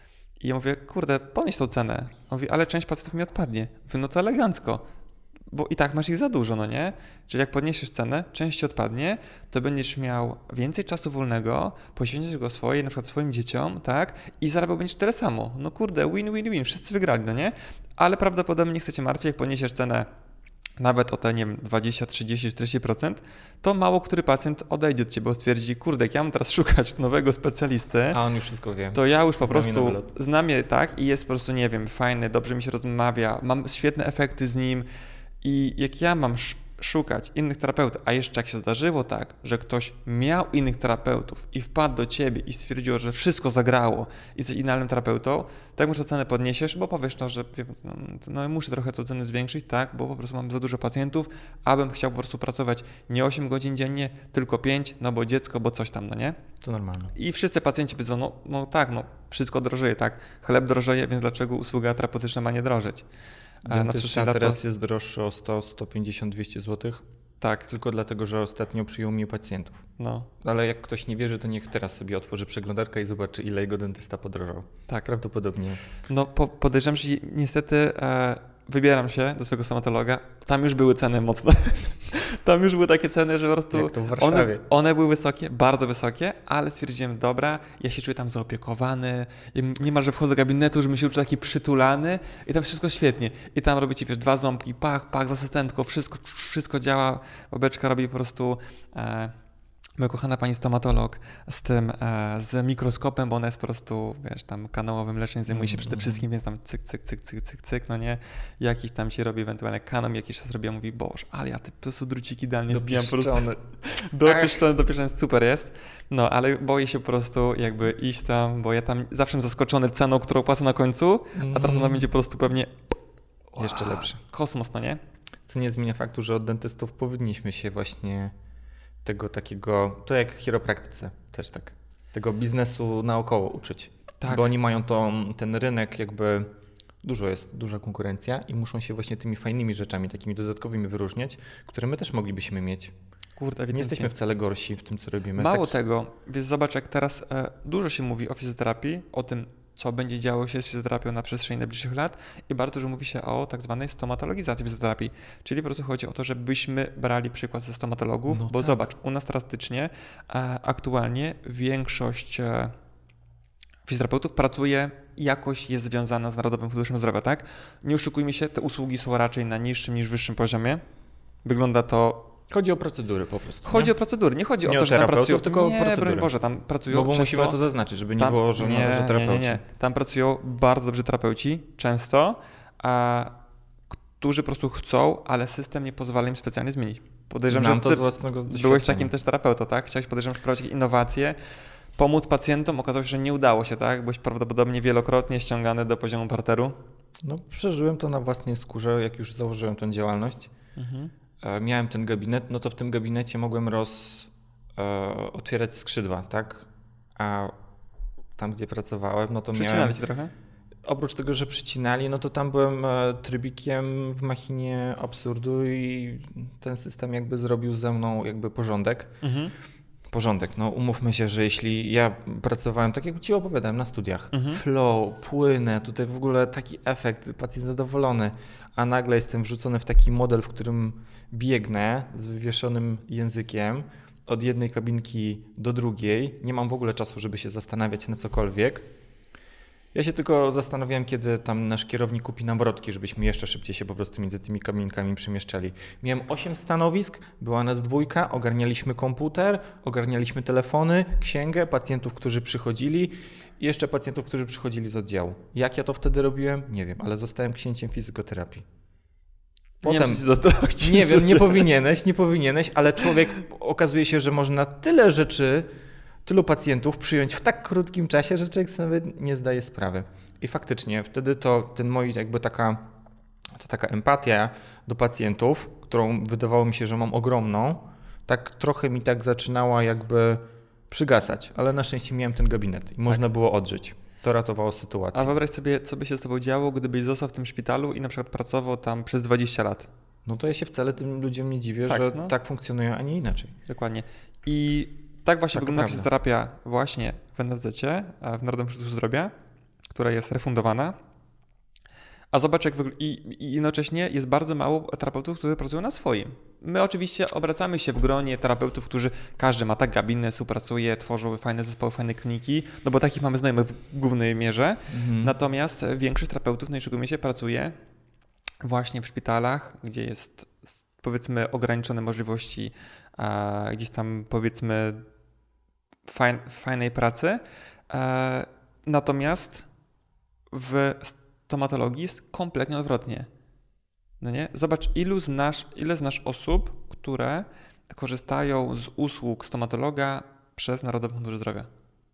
I ja mówię, kurde, podnieś tą cenę. On mówi, ale część pacjentów mi odpadnie. Mówię, no to elegancko, bo i tak masz ich za dużo, no nie? Czyli jak podniesiesz cenę, część ci odpadnie, to będziesz miał więcej czasu wolnego, poświęcisz go swojej, na przykład swoim dzieciom, tak? I zarabiał będziesz tyle samo. No kurde, win, win, win, wszyscy wygrali, no nie? Ale prawdopodobnie nie chcecie martwić, jak podniesiesz cenę nawet o te, nie wiem, dwadzieścia, trzydzieści, czterdzieści procent, to mało który pacjent odejdzie od ciebie, bo stwierdzi, kurde, jak ja mam teraz szukać nowego specjalisty, A on już wszystko wie. to ja już po Znam je prostu na wylot. znam je, tak, i jest po prostu, nie wiem, fajny, dobrze mi się rozmawia, mam świetne efekty z nim i jak ja mam sz- szukać innych terapeutów, a jeszcze jak się zdarzyło tak, że ktoś miał innych terapeutów i wpadł do ciebie i stwierdził, że wszystko zagrało i jesteś idealnym terapeutą, tak może cenę podniesiesz, bo powiesz no, że wie, no, no muszę trochę tę cenę zwiększyć, tak, bo po prostu mam za dużo pacjentów, abym chciał po prostu pracować nie osiem godzin dziennie, tylko pięć, no bo dziecko, bo coś tam, no nie? To normalne. I wszyscy pacjenci powiedzą, no, no tak, no wszystko drożeje, tak, chleb drożeje, więc dlaczego usługa terapeutyczna ma nie drożeć? A na Dentysta przestrzeni lat to- teraz jest droższy o sto, sto pięćdziesiąt, dwieście złotych, Tak, tylko dlatego, że ostatnio przyjął mnie pacjentów. no, Ale jak ktoś nie wierzy, to niech teraz sobie otworzy przeglądarkę i zobaczy, ile jego dentysta podrożał. tak. Prawdopodobnie. No po, podejrzewam, że niestety e, wybieram się do swojego stomatologa, tam już były ceny mocne. Tam już były takie ceny, że po prostu Jak to w one, Warszawie. one były wysokie, bardzo wysokie, ale stwierdziłem, dobra, ja się czuję tam zaopiekowany, ja niemalże wchodzę do gabinetu, żebym się czuł taki przytulany i tam wszystko świetnie. I tam robicie, wiesz, dwa ząbki, pach, pach, z asystentką, wszystko, wszystko działa, babeczka robi po prostu... E, Moja kochana pani stomatolog z tym, e, z mikroskopem, bo ona jest po prostu, wiesz, tam kanałowym leczeniem, zajmuje się przede wszystkim, więc tam cyk, cyk, cyk, cyk, cyk, cyk, no nie, jakiś tam ci robi ewentualnie kanon, jakiś czas robię, mówi, boże, ale ja te po prostu druciki idealnie wbijam po prostu. Dopieszczony. Dopieszczony, dopieszczony, super jest, no, ale boję się po prostu jakby iść tam, bo ja tam zawsze jestem zaskoczony ceną, którą płacę na końcu, a teraz ona będzie po prostu pewnie Jeszcze lepsze. kosmos, no nie? Co nie zmienia faktu, że od dentystów powinniśmy się właśnie tego takiego, to jak w chiropraktyce też tak, tego biznesu naokoło uczyć. Tak. Bo oni mają to, ten rynek jakby, dużo jest, duża konkurencja i muszą się właśnie tymi fajnymi rzeczami, takimi dodatkowymi wyróżniać, które my też moglibyśmy mieć. Kurde, Nie ewidentnie. jesteśmy wcale gorsi w tym, co robimy. Mało tak, tego, więc zobacz, jak teraz e, dużo się mówi o fizjoterapii, o tym, co będzie działo się z fizjoterapią na przestrzeni najbliższych lat i bardzo dużo mówi się o tak zwanej stomatologizacji fizjoterapii, czyli po prostu chodzi o to, żebyśmy brali przykład ze stomatologów, No bo tak. zobacz, u nas drastycznie e, aktualnie większość e, fizjoterapeutów pracuje i jakoś jest związana z Narodowym Funduszem Zdrowia, tak? Nie oszukujmy się, te usługi są raczej na niższym niż wyższym poziomie. Wygląda to... Chodzi o procedury po prostu. Chodzi nie? o procedury, nie chodzi Nie o to, o że tam terapeutów, pracują... tylko o nie, procedury. broń Boże, tam pracują No bo często... musimy to zaznaczyć, żeby nie Tam- było, że, nie, że nie, terapeuci. nie, nie. Tam pracują bardzo dobrzy terapeuci, często, a, którzy po prostu chcą, ale system nie pozwala im specjalnie zmienić. Podejrzewam, Znam że to ty z własnego byłeś doświadczenia. takim też terapeutą, tak? Chciałeś, podejrzewam, wprowadzić jakieś innowacje, pomóc pacjentom, okazało się, że nie udało się, tak? Byłeś prawdopodobnie wielokrotnie ściągany do poziomu parteru. No, przeżyłem to na własnej skórze, jak już założyłem tę działalność. Mhm. E, Miałem ten gabinet, no to w tym gabinecie mogłem roz, e, otwierać skrzydła, tak? A tam, gdzie pracowałem, no to miałem... Przycinali cię trochę? Oprócz tego, że przycinali, no to tam byłem trybikiem w machinie absurdu i ten system jakby zrobił ze mną jakby porządek. Mhm. Porządek, no umówmy się, że jeśli ja pracowałem, tak jak ci opowiadałem na studiach, mhm. flow, płynę, tutaj w ogóle taki efekt, pacjent zadowolony, a nagle jestem wrzucony w taki model, w którym biegnę z wywieszonym językiem od jednej kabinki do drugiej, nie mam w ogóle czasu, żeby się zastanawiać na cokolwiek. Ja się tylko zastanawiałem, kiedy tam nasz kierownik kupi nam wrotki, żebyśmy jeszcze szybciej się po prostu między tymi kabinkami przemieszczali. Miałem osiem stanowisk, była nas dwójka, ogarnialiśmy komputer, ogarnialiśmy telefony, księgę, pacjentów, którzy przychodzili i jeszcze pacjentów, którzy przychodzili z oddziału. Jak ja to wtedy robiłem? Nie wiem, ale zostałem księciem fizykoterapii. Potem, nie, nie wiem, nie powinieneś, nie powinieneś, ale człowiek okazuje się, że można tyle rzeczy, tylu pacjentów przyjąć w tak krótkim czasie, że człowiek sobie nie zdaje sprawy. I faktycznie wtedy to ten moi jakby taka, to taka empatia do pacjentów, którą wydawało mi się, że mam ogromną, tak trochę mi tak zaczynała jakby przygasać, ale na szczęście miałem ten gabinet i tak. Można było odżyć. To ratowało sytuację. A wyobraź sobie, co by się z tobą działo, gdybyś został w tym szpitalu i na przykład pracował tam przez dwadzieścia lat. No to ja się wcale tym ludziom nie dziwię, tak, że no. tak funkcjonują, a nie inaczej. Dokładnie. I tak właśnie tak wygląda fizjoterapia właśnie w en ef zecie, w Narodowym Funduszu Zdrowia, która jest refundowana. A zobacz, jak wygląda. I, I jednocześnie jest bardzo mało terapeutów, którzy pracują na swoim. My oczywiście obracamy się w gronie terapeutów, którzy każdy ma tak gabinet, współpracuje, tworzą fajne zespoły, fajne kliniki, no bo takich mamy znajomych w głównej mierze. Mhm. Natomiast większość terapeutów, no i szczególnie się pracuje właśnie w szpitalach, gdzie jest powiedzmy ograniczone możliwości a, gdzieś tam powiedzmy fajn, fajnej pracy. A, natomiast w stomatologii jest kompletnie odwrotnie. No nie? Zobacz, ilu znasz, ile znasz osób, które korzystają z usług stomatologa przez Narodowy Fundusz Zdrowia.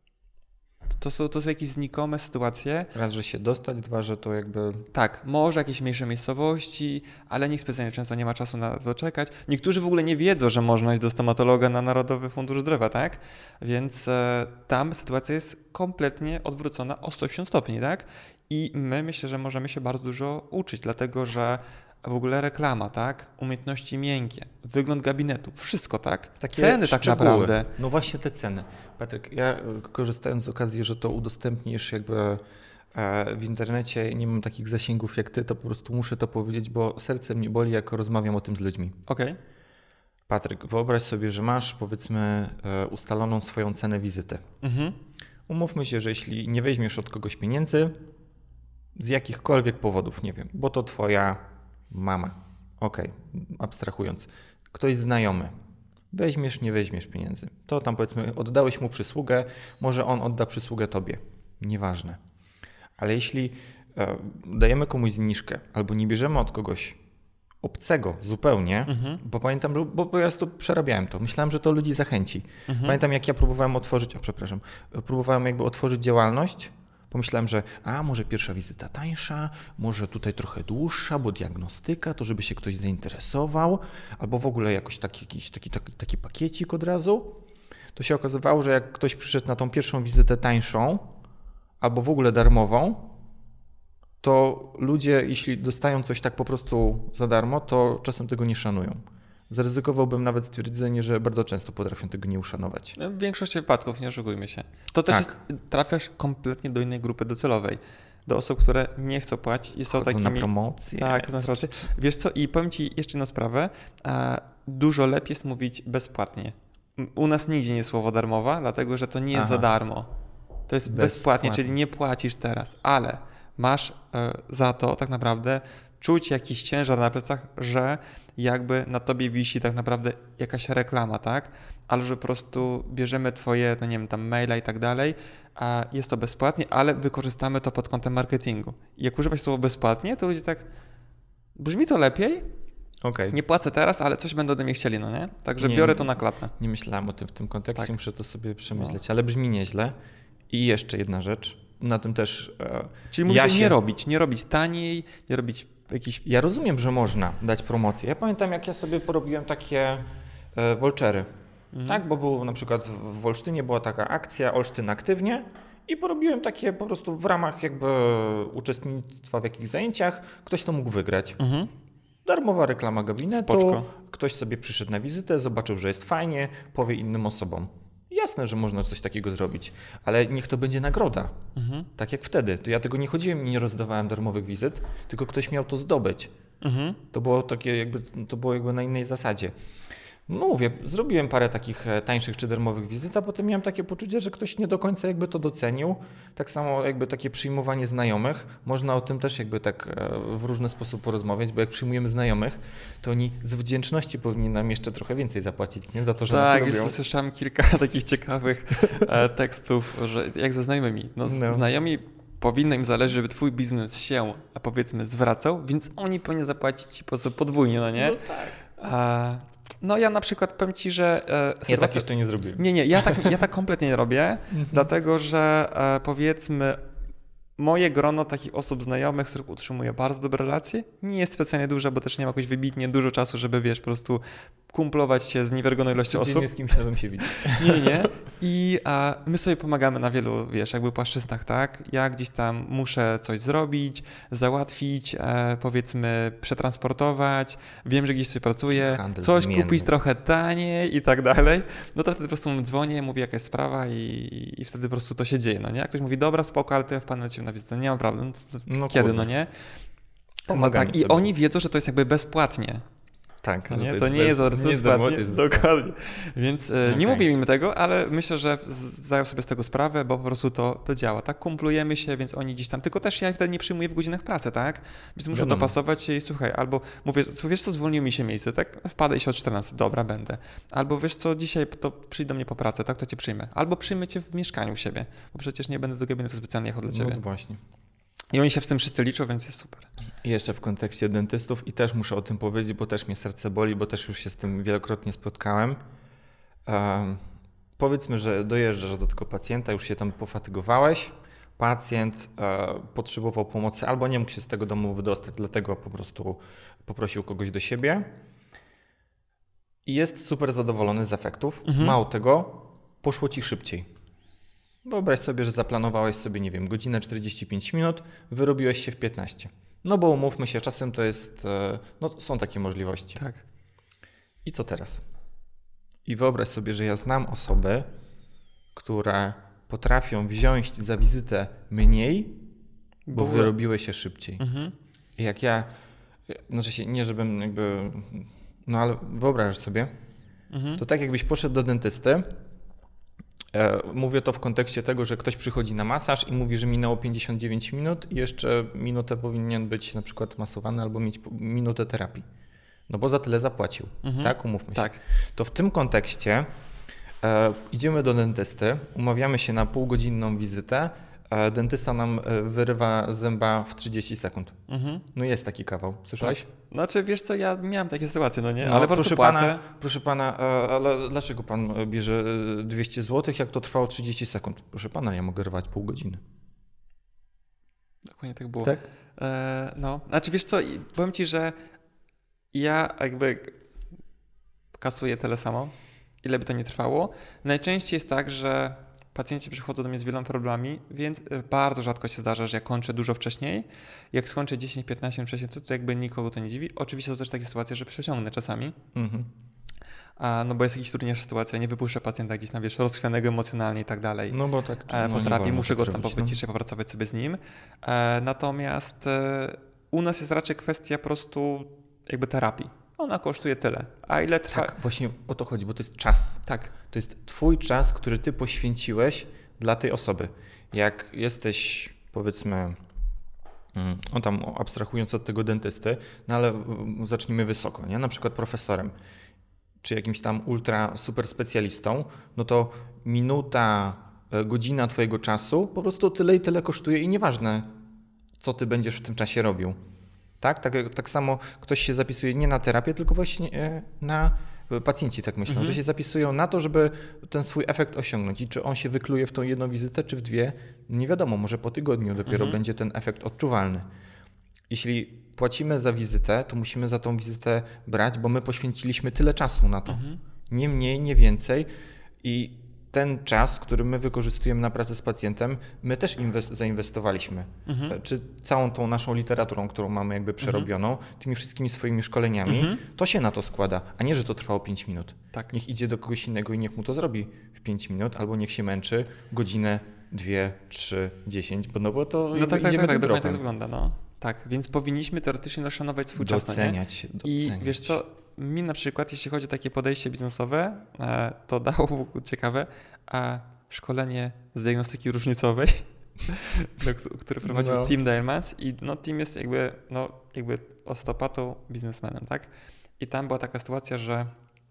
To są, to są jakieś znikome sytuacje. Raz, że się dostać, dwa, że to jakby... Tak, może jakieś mniejsze miejscowości, ale nikt specjalnie często nie ma czasu na to czekać. Niektórzy w ogóle nie wiedzą, że można iść do stomatologa na Narodowy Fundusz Zdrowia, tak? Więc e, tam sytuacja jest kompletnie odwrócona o sto osiemdziesiąt stopni, tak? I my myślę, że możemy się bardzo dużo uczyć, dlatego że w ogóle reklama, tak? Umiejętności miękkie, wygląd gabinetu, wszystko, tak? Takie ceny tak szczegóły. naprawdę. No właśnie te ceny. Patryk, ja korzystając z okazji, że to udostępnisz jakby w internecie, nie mam takich zasięgów jak ty, to po prostu muszę to powiedzieć, bo serce mnie boli, jak rozmawiam o tym z ludźmi. Okej. Okay. Patryk, wyobraź sobie, że masz powiedzmy ustaloną swoją cenę wizyty. Mhm. Umówmy się, że jeśli nie weźmiesz od kogoś pieniędzy, z jakichkolwiek powodów, nie wiem, bo to twoja mama, okej, okay, abstrahując, ktoś znajomy, weźmiesz, nie weźmiesz pieniędzy, to tam powiedzmy oddałeś mu przysługę, może on odda przysługę tobie, nieważne. Ale jeśli e, dajemy komuś zniżkę albo nie bierzemy od kogoś obcego zupełnie, mhm. bo pamiętam, bo, bo ja to przerabiałem to, myślałem, że to ludzi zachęci. Mhm. Pamiętam, jak ja próbowałem otworzyć, o przepraszam, próbowałem jakby otworzyć działalność, pomyślałem, że a może pierwsza wizyta tańsza, może tutaj trochę dłuższa, bo diagnostyka, to żeby się ktoś zainteresował, albo w ogóle jakoś taki, jakiś taki, taki, taki pakiecik od razu. To się okazywało, że jak ktoś przyszedł na tą pierwszą wizytę tańszą, albo w ogóle darmową, to ludzie, jeśli dostają coś tak po prostu za darmo, to czasem tego nie szanują. Zaryzykowałbym nawet stwierdzenie, że bardzo często potrafią tego nie uszanować. W większości wypadków, nie oszukujmy się. To też tak. jest, trafiasz kompletnie do innej grupy docelowej. Do osób, które nie chcą płacić i są Chodzą takimi... na promocje. Tak, na promocje. Wiesz co, i powiem ci jeszcze jedną sprawę. Dużo lepiej jest mówić bezpłatnie. U nas nigdzie nie jest słowo darmowa, dlatego że to nie jest Aha. za darmo. To jest bezpłatnie, bezpłatnie, czyli nie płacisz teraz, ale masz za to tak naprawdę czuć jakiś ciężar na plecach, że jakby na tobie wisi tak naprawdę jakaś reklama, tak? Ale że po prostu bierzemy twoje, no nie wiem, tam maila i tak dalej, a jest to bezpłatnie, ale wykorzystamy to pod kątem marketingu. I jak używać słowa bezpłatnie, to ludzie tak, brzmi to lepiej, okay. nie płacę teraz, ale coś będą ode mnie chcieli, no nie? Także nie, biorę to na klatę. Nie myślałem o tym w tym kontekście, tak. Muszę to sobie przemyśleć, no. ale brzmi nieźle. I jeszcze jedna rzecz, na tym też... E, Czyli mówisz, ja się... nie robić, nie robić taniej, nie robić jakiś... Ja rozumiem, że można dać promocję. Ja pamiętam, jak ja sobie porobiłem takie e, vouchery, mhm. tak? Bo był na przykład w Olsztynie była taka akcja Olsztyn Aktywnie i porobiłem takie po prostu w ramach jakby uczestnictwa w jakichś zajęciach, ktoś to mógł wygrać. Mhm. Darmowa reklama gabinetu, Spoczko. Ktoś sobie przyszedł na wizytę, zobaczył, że jest fajnie, powie innym osobom. Jasne, że można coś takiego zrobić, ale niech to będzie nagroda. Mhm. Tak jak wtedy. To ja tego nie chodziłem i nie rozdawałem darmowych wizyt, tylko ktoś miał to zdobyć. Mhm. To było takie jakby, to było jakby na innej zasadzie. No mówię, zrobiłem parę takich tańszych czy darmowych wizyt, a potem miałem takie poczucie, że ktoś nie do końca jakby to docenił. Tak samo jakby takie przyjmowanie znajomych. Można o tym też jakby tak w różny sposób porozmawiać, bo jak przyjmujemy znajomych, to oni z wdzięczności powinni nam jeszcze trochę więcej zapłacić, nie? Za to, że tak, nas lubią. Tak, już słyszałem kilka takich ciekawych tekstów, że jak ze znajomymi. No, no. Znajomi powinno im zależeć, żeby twój biznes się, a powiedzmy, zwracał, więc oni powinni zapłacić ci po prostu podwójnie, no nie? No tak. A... No ja na przykład powiem ci, że... E, sytuacja... Ja tak jeszcze nie zrobiłem. Nie, nie, ja tak, ja tak kompletnie nie robię, dlatego że e, powiedzmy moje grono takich osób znajomych, z których utrzymuję bardzo dobre relacje, nie jest specjalnie duże, bo też nie ma jakoś wybitnie dużo czasu, żeby wiesz, po prostu kumplować się z niewiarygodną ilością osób. Nie z kimś chciałbym się widzieć. Nie, nie. I a, my sobie pomagamy na wielu, wiesz, jakby płaszczyznach, tak? Ja gdzieś tam muszę coś zrobić, załatwić, e, powiedzmy przetransportować, wiem, że gdzieś coś pracuję, Handel coś zmienny. kupić trochę taniej i tak dalej. No to wtedy po prostu dzwonię, mówię jaka jest sprawa i, i wtedy po prostu to się dzieje, no nie? Jak ktoś mówi, dobra, spoko, ale to ja wpadnę do ciebie na wizytę. Nie ma prawdy. No, no kiedy, kurde. no nie? No tak, i oni wiedzą, że to jest jakby bezpłatnie. Tak, no nie? To, to jest nie bez, jest, nie jest darmo, to jest dokładnie. Więc okay. nie mówię im tego, ale myślę, że zdają sobie z tego sprawę, bo po prostu to, to działa. Tak, kumplujemy się, więc oni gdzieś tam, tylko też ja wtedy nie przyjmuję w godzinach pracy, tak? Więc muszę Wiadomo. dopasować się i słuchaj, albo mówię, wiesz co, zwolniło mi się miejsce, tak? Wpadaj się od czternastej, dobra, będę. Albo wiesz co, dzisiaj to przyjdź do mnie po pracę, tak? To cię przyjmę. Albo przyjmę cię w mieszkaniu u siebie, bo przecież nie będę do gabinetu specjalnie jechał dla ciebie. No właśnie. I oni się w tym wszyscy liczą, więc jest super. I jeszcze w kontekście dentystów i też muszę o tym powiedzieć, bo też mnie serce boli, bo też już się z tym wielokrotnie spotkałem. Um, powiedzmy, że dojeżdżasz do tego pacjenta, już się tam pofatygowałeś, pacjent e, potrzebował pomocy albo nie mógł się z tego domu wydostać, dlatego po prostu poprosił kogoś do siebie i jest super zadowolony z efektów. Mhm. Mało tego, poszło ci szybciej. Wyobraź sobie, że zaplanowałeś sobie, nie wiem, godzinę czterdzieści pięć minut, wyrobiłeś się w piętnaście. No bo umówmy się, czasem to jest, no są takie możliwości. Tak. I co teraz? I wyobraź sobie, że ja znam osoby, które potrafią wziąć za wizytę mniej, bo, bo wyrobiły się szybciej. Mhm. I jak ja, znaczy się, nie żebym jakby, no ale wyobraź sobie, mhm. to tak jakbyś poszedł do dentysty. Mówię to w kontekście tego, że ktoś przychodzi na masaż i mówi, że minęło pięćdziesiąt dziewięć minut i jeszcze minutę powinien być na przykład masowany albo mieć minutę terapii. No bo za tyle zapłacił, mhm. tak? Umówmy się. Tak. To w tym kontekście e, idziemy do dentysty, umawiamy się na półgodzinną wizytę, e, dentysta nam wyrywa zęba w trzydzieści sekund. Mhm. No jest taki kawał. Słyszałeś? Tak. Znaczy, wiesz co, ja miałem takie sytuacje, no nie? No, ale po proszę prostu pana, proszę pana, ale dlaczego pan bierze dwieście złotych, jak to trwało trzydzieści sekund? Proszę pana, ja mogę rwać pół godziny. Dokładnie tak było. Tak? E, no, znaczy wiesz co, powiem ci, że ja jakby kasuję tyle samo, ile by to nie trwało. Najczęściej jest tak, że pacjenci przychodzą do mnie z wieloma problemami, więc bardzo rzadko się zdarza, że ja kończę dużo wcześniej. Jak skończę dziesięć piętnaście minut wcześniej, to, to jakby nikogo to nie dziwi. Oczywiście są też takie sytuacje, że przeciągnę czasami. Mhm. A, no bo jest jakaś trudniejsza sytuacja, nie wypuszczę pacjenta gdzieś na, wiesz, rozchwianego emocjonalnie i tak dalej. No bo tak. E, no, po terapii muszę go tam zrobić, powyciszyć, no. popracować sobie z nim. E, natomiast e, u nas jest raczej kwestia po prostu jakby terapii. Ona kosztuje tyle. A ile trwa? Tak, właśnie o to chodzi, bo to jest czas. Tak. To jest twój czas, który ty poświęciłeś dla tej osoby. Jak jesteś, powiedzmy, on tam abstrahując od tego dentysty, no ale zacznijmy wysoko, nie? Na przykład profesorem, czy jakimś tam ultra super specjalistą, no to minuta, godzina twojego czasu po prostu tyle i tyle kosztuje i nieważne, co ty będziesz w tym czasie robił. Tak? Tak, tak samo ktoś się zapisuje nie na terapię, tylko właśnie na pacjenci tak myślą, mhm. że się zapisują na to, żeby ten swój efekt osiągnąć. I czy on się wykluje w tą jedną wizytę, czy w dwie, nie wiadomo, może po tygodniu dopiero mhm. będzie ten efekt odczuwalny. Jeśli płacimy za wizytę, to musimy za tą wizytę brać, bo my poświęciliśmy tyle czasu na to. Mhm. Nie mniej, nie więcej. I ten czas, który my wykorzystujemy na pracę z pacjentem, my też inwest- zainwestowaliśmy. Mhm. Czy całą tą naszą literaturą, którą mamy jakby przerobioną, mhm. tymi wszystkimi swoimi szkoleniami, mhm. to się na to składa, a nie, że to trwało pięć minut. Tak. Niech idzie do kogoś innego i niech mu to zrobi w pięć minut, albo niech się męczy godzinę, dwie, trzy, dziesięć, bo no bo to no tak, tak, idziemy tak, tym tak, tak wygląda, no. Tak, więc powinniśmy teoretycznie szanować swój czas. Doceniać. I wiesz co, mi na przykład, jeśli chodzi o takie podejście biznesowe, to dało ciekawe szkolenie z diagnostyki różnicowej, który prowadził no. Tim Diamans i no, Tim jest jakby, no, jakby osteopatą, biznesmenem, tak? I tam była taka sytuacja, że